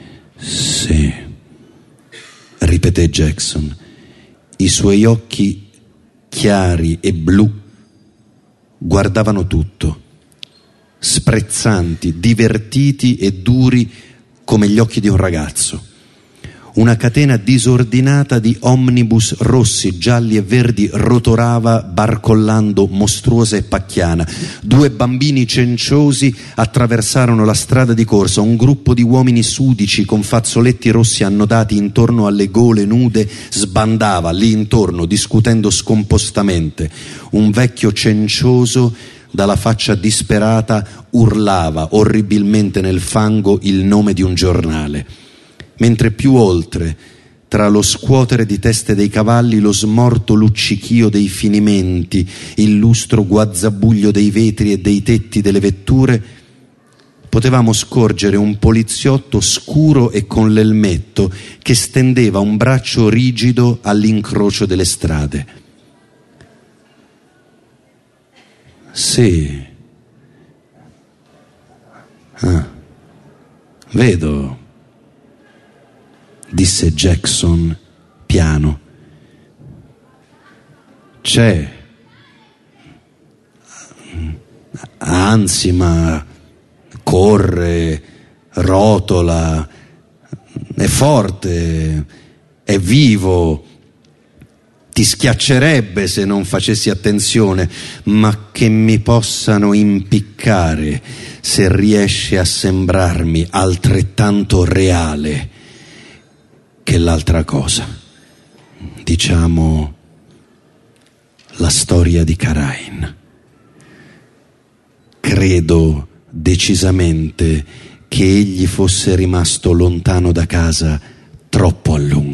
ripeté Jackson. I suoi occhi chiari e blu guardavano tutto, sprezzanti, divertiti e duri come gli occhi di un ragazzo. Una catena disordinata di omnibus rossi, gialli e verdi rotolava barcollando mostruosa e pacchiana. Due bambini cenciosi attraversarono la strada di corsa. Un gruppo di uomini sudici con fazzoletti rossi annodati intorno alle gole nude sbandava lì intorno, discutendo scompostamente. Un vecchio cencioso dalla faccia disperata urlava orribilmente nel fango il nome di un giornale. Mentre più oltre, tra lo scuotere di teste dei cavalli, lo smorto luccichio dei finimenti, il lustro guazzabuglio dei vetri e dei tetti delle vetture, potevamo scorgere un poliziotto scuro e con l'elmetto che stendeva un braccio rigido all'incrocio delle strade. Sì. Vedo, disse Jackson piano. C'è ansima, corre, rotola, è forte, è vivo, ti schiaccerebbe se non facessi attenzione, ma che mi possano impiccare se riesce a sembrarmi altrettanto reale che l'altra cosa, diciamo la storia di Karain. Credo decisamente che egli fosse rimasto lontano da casa troppo a lungo.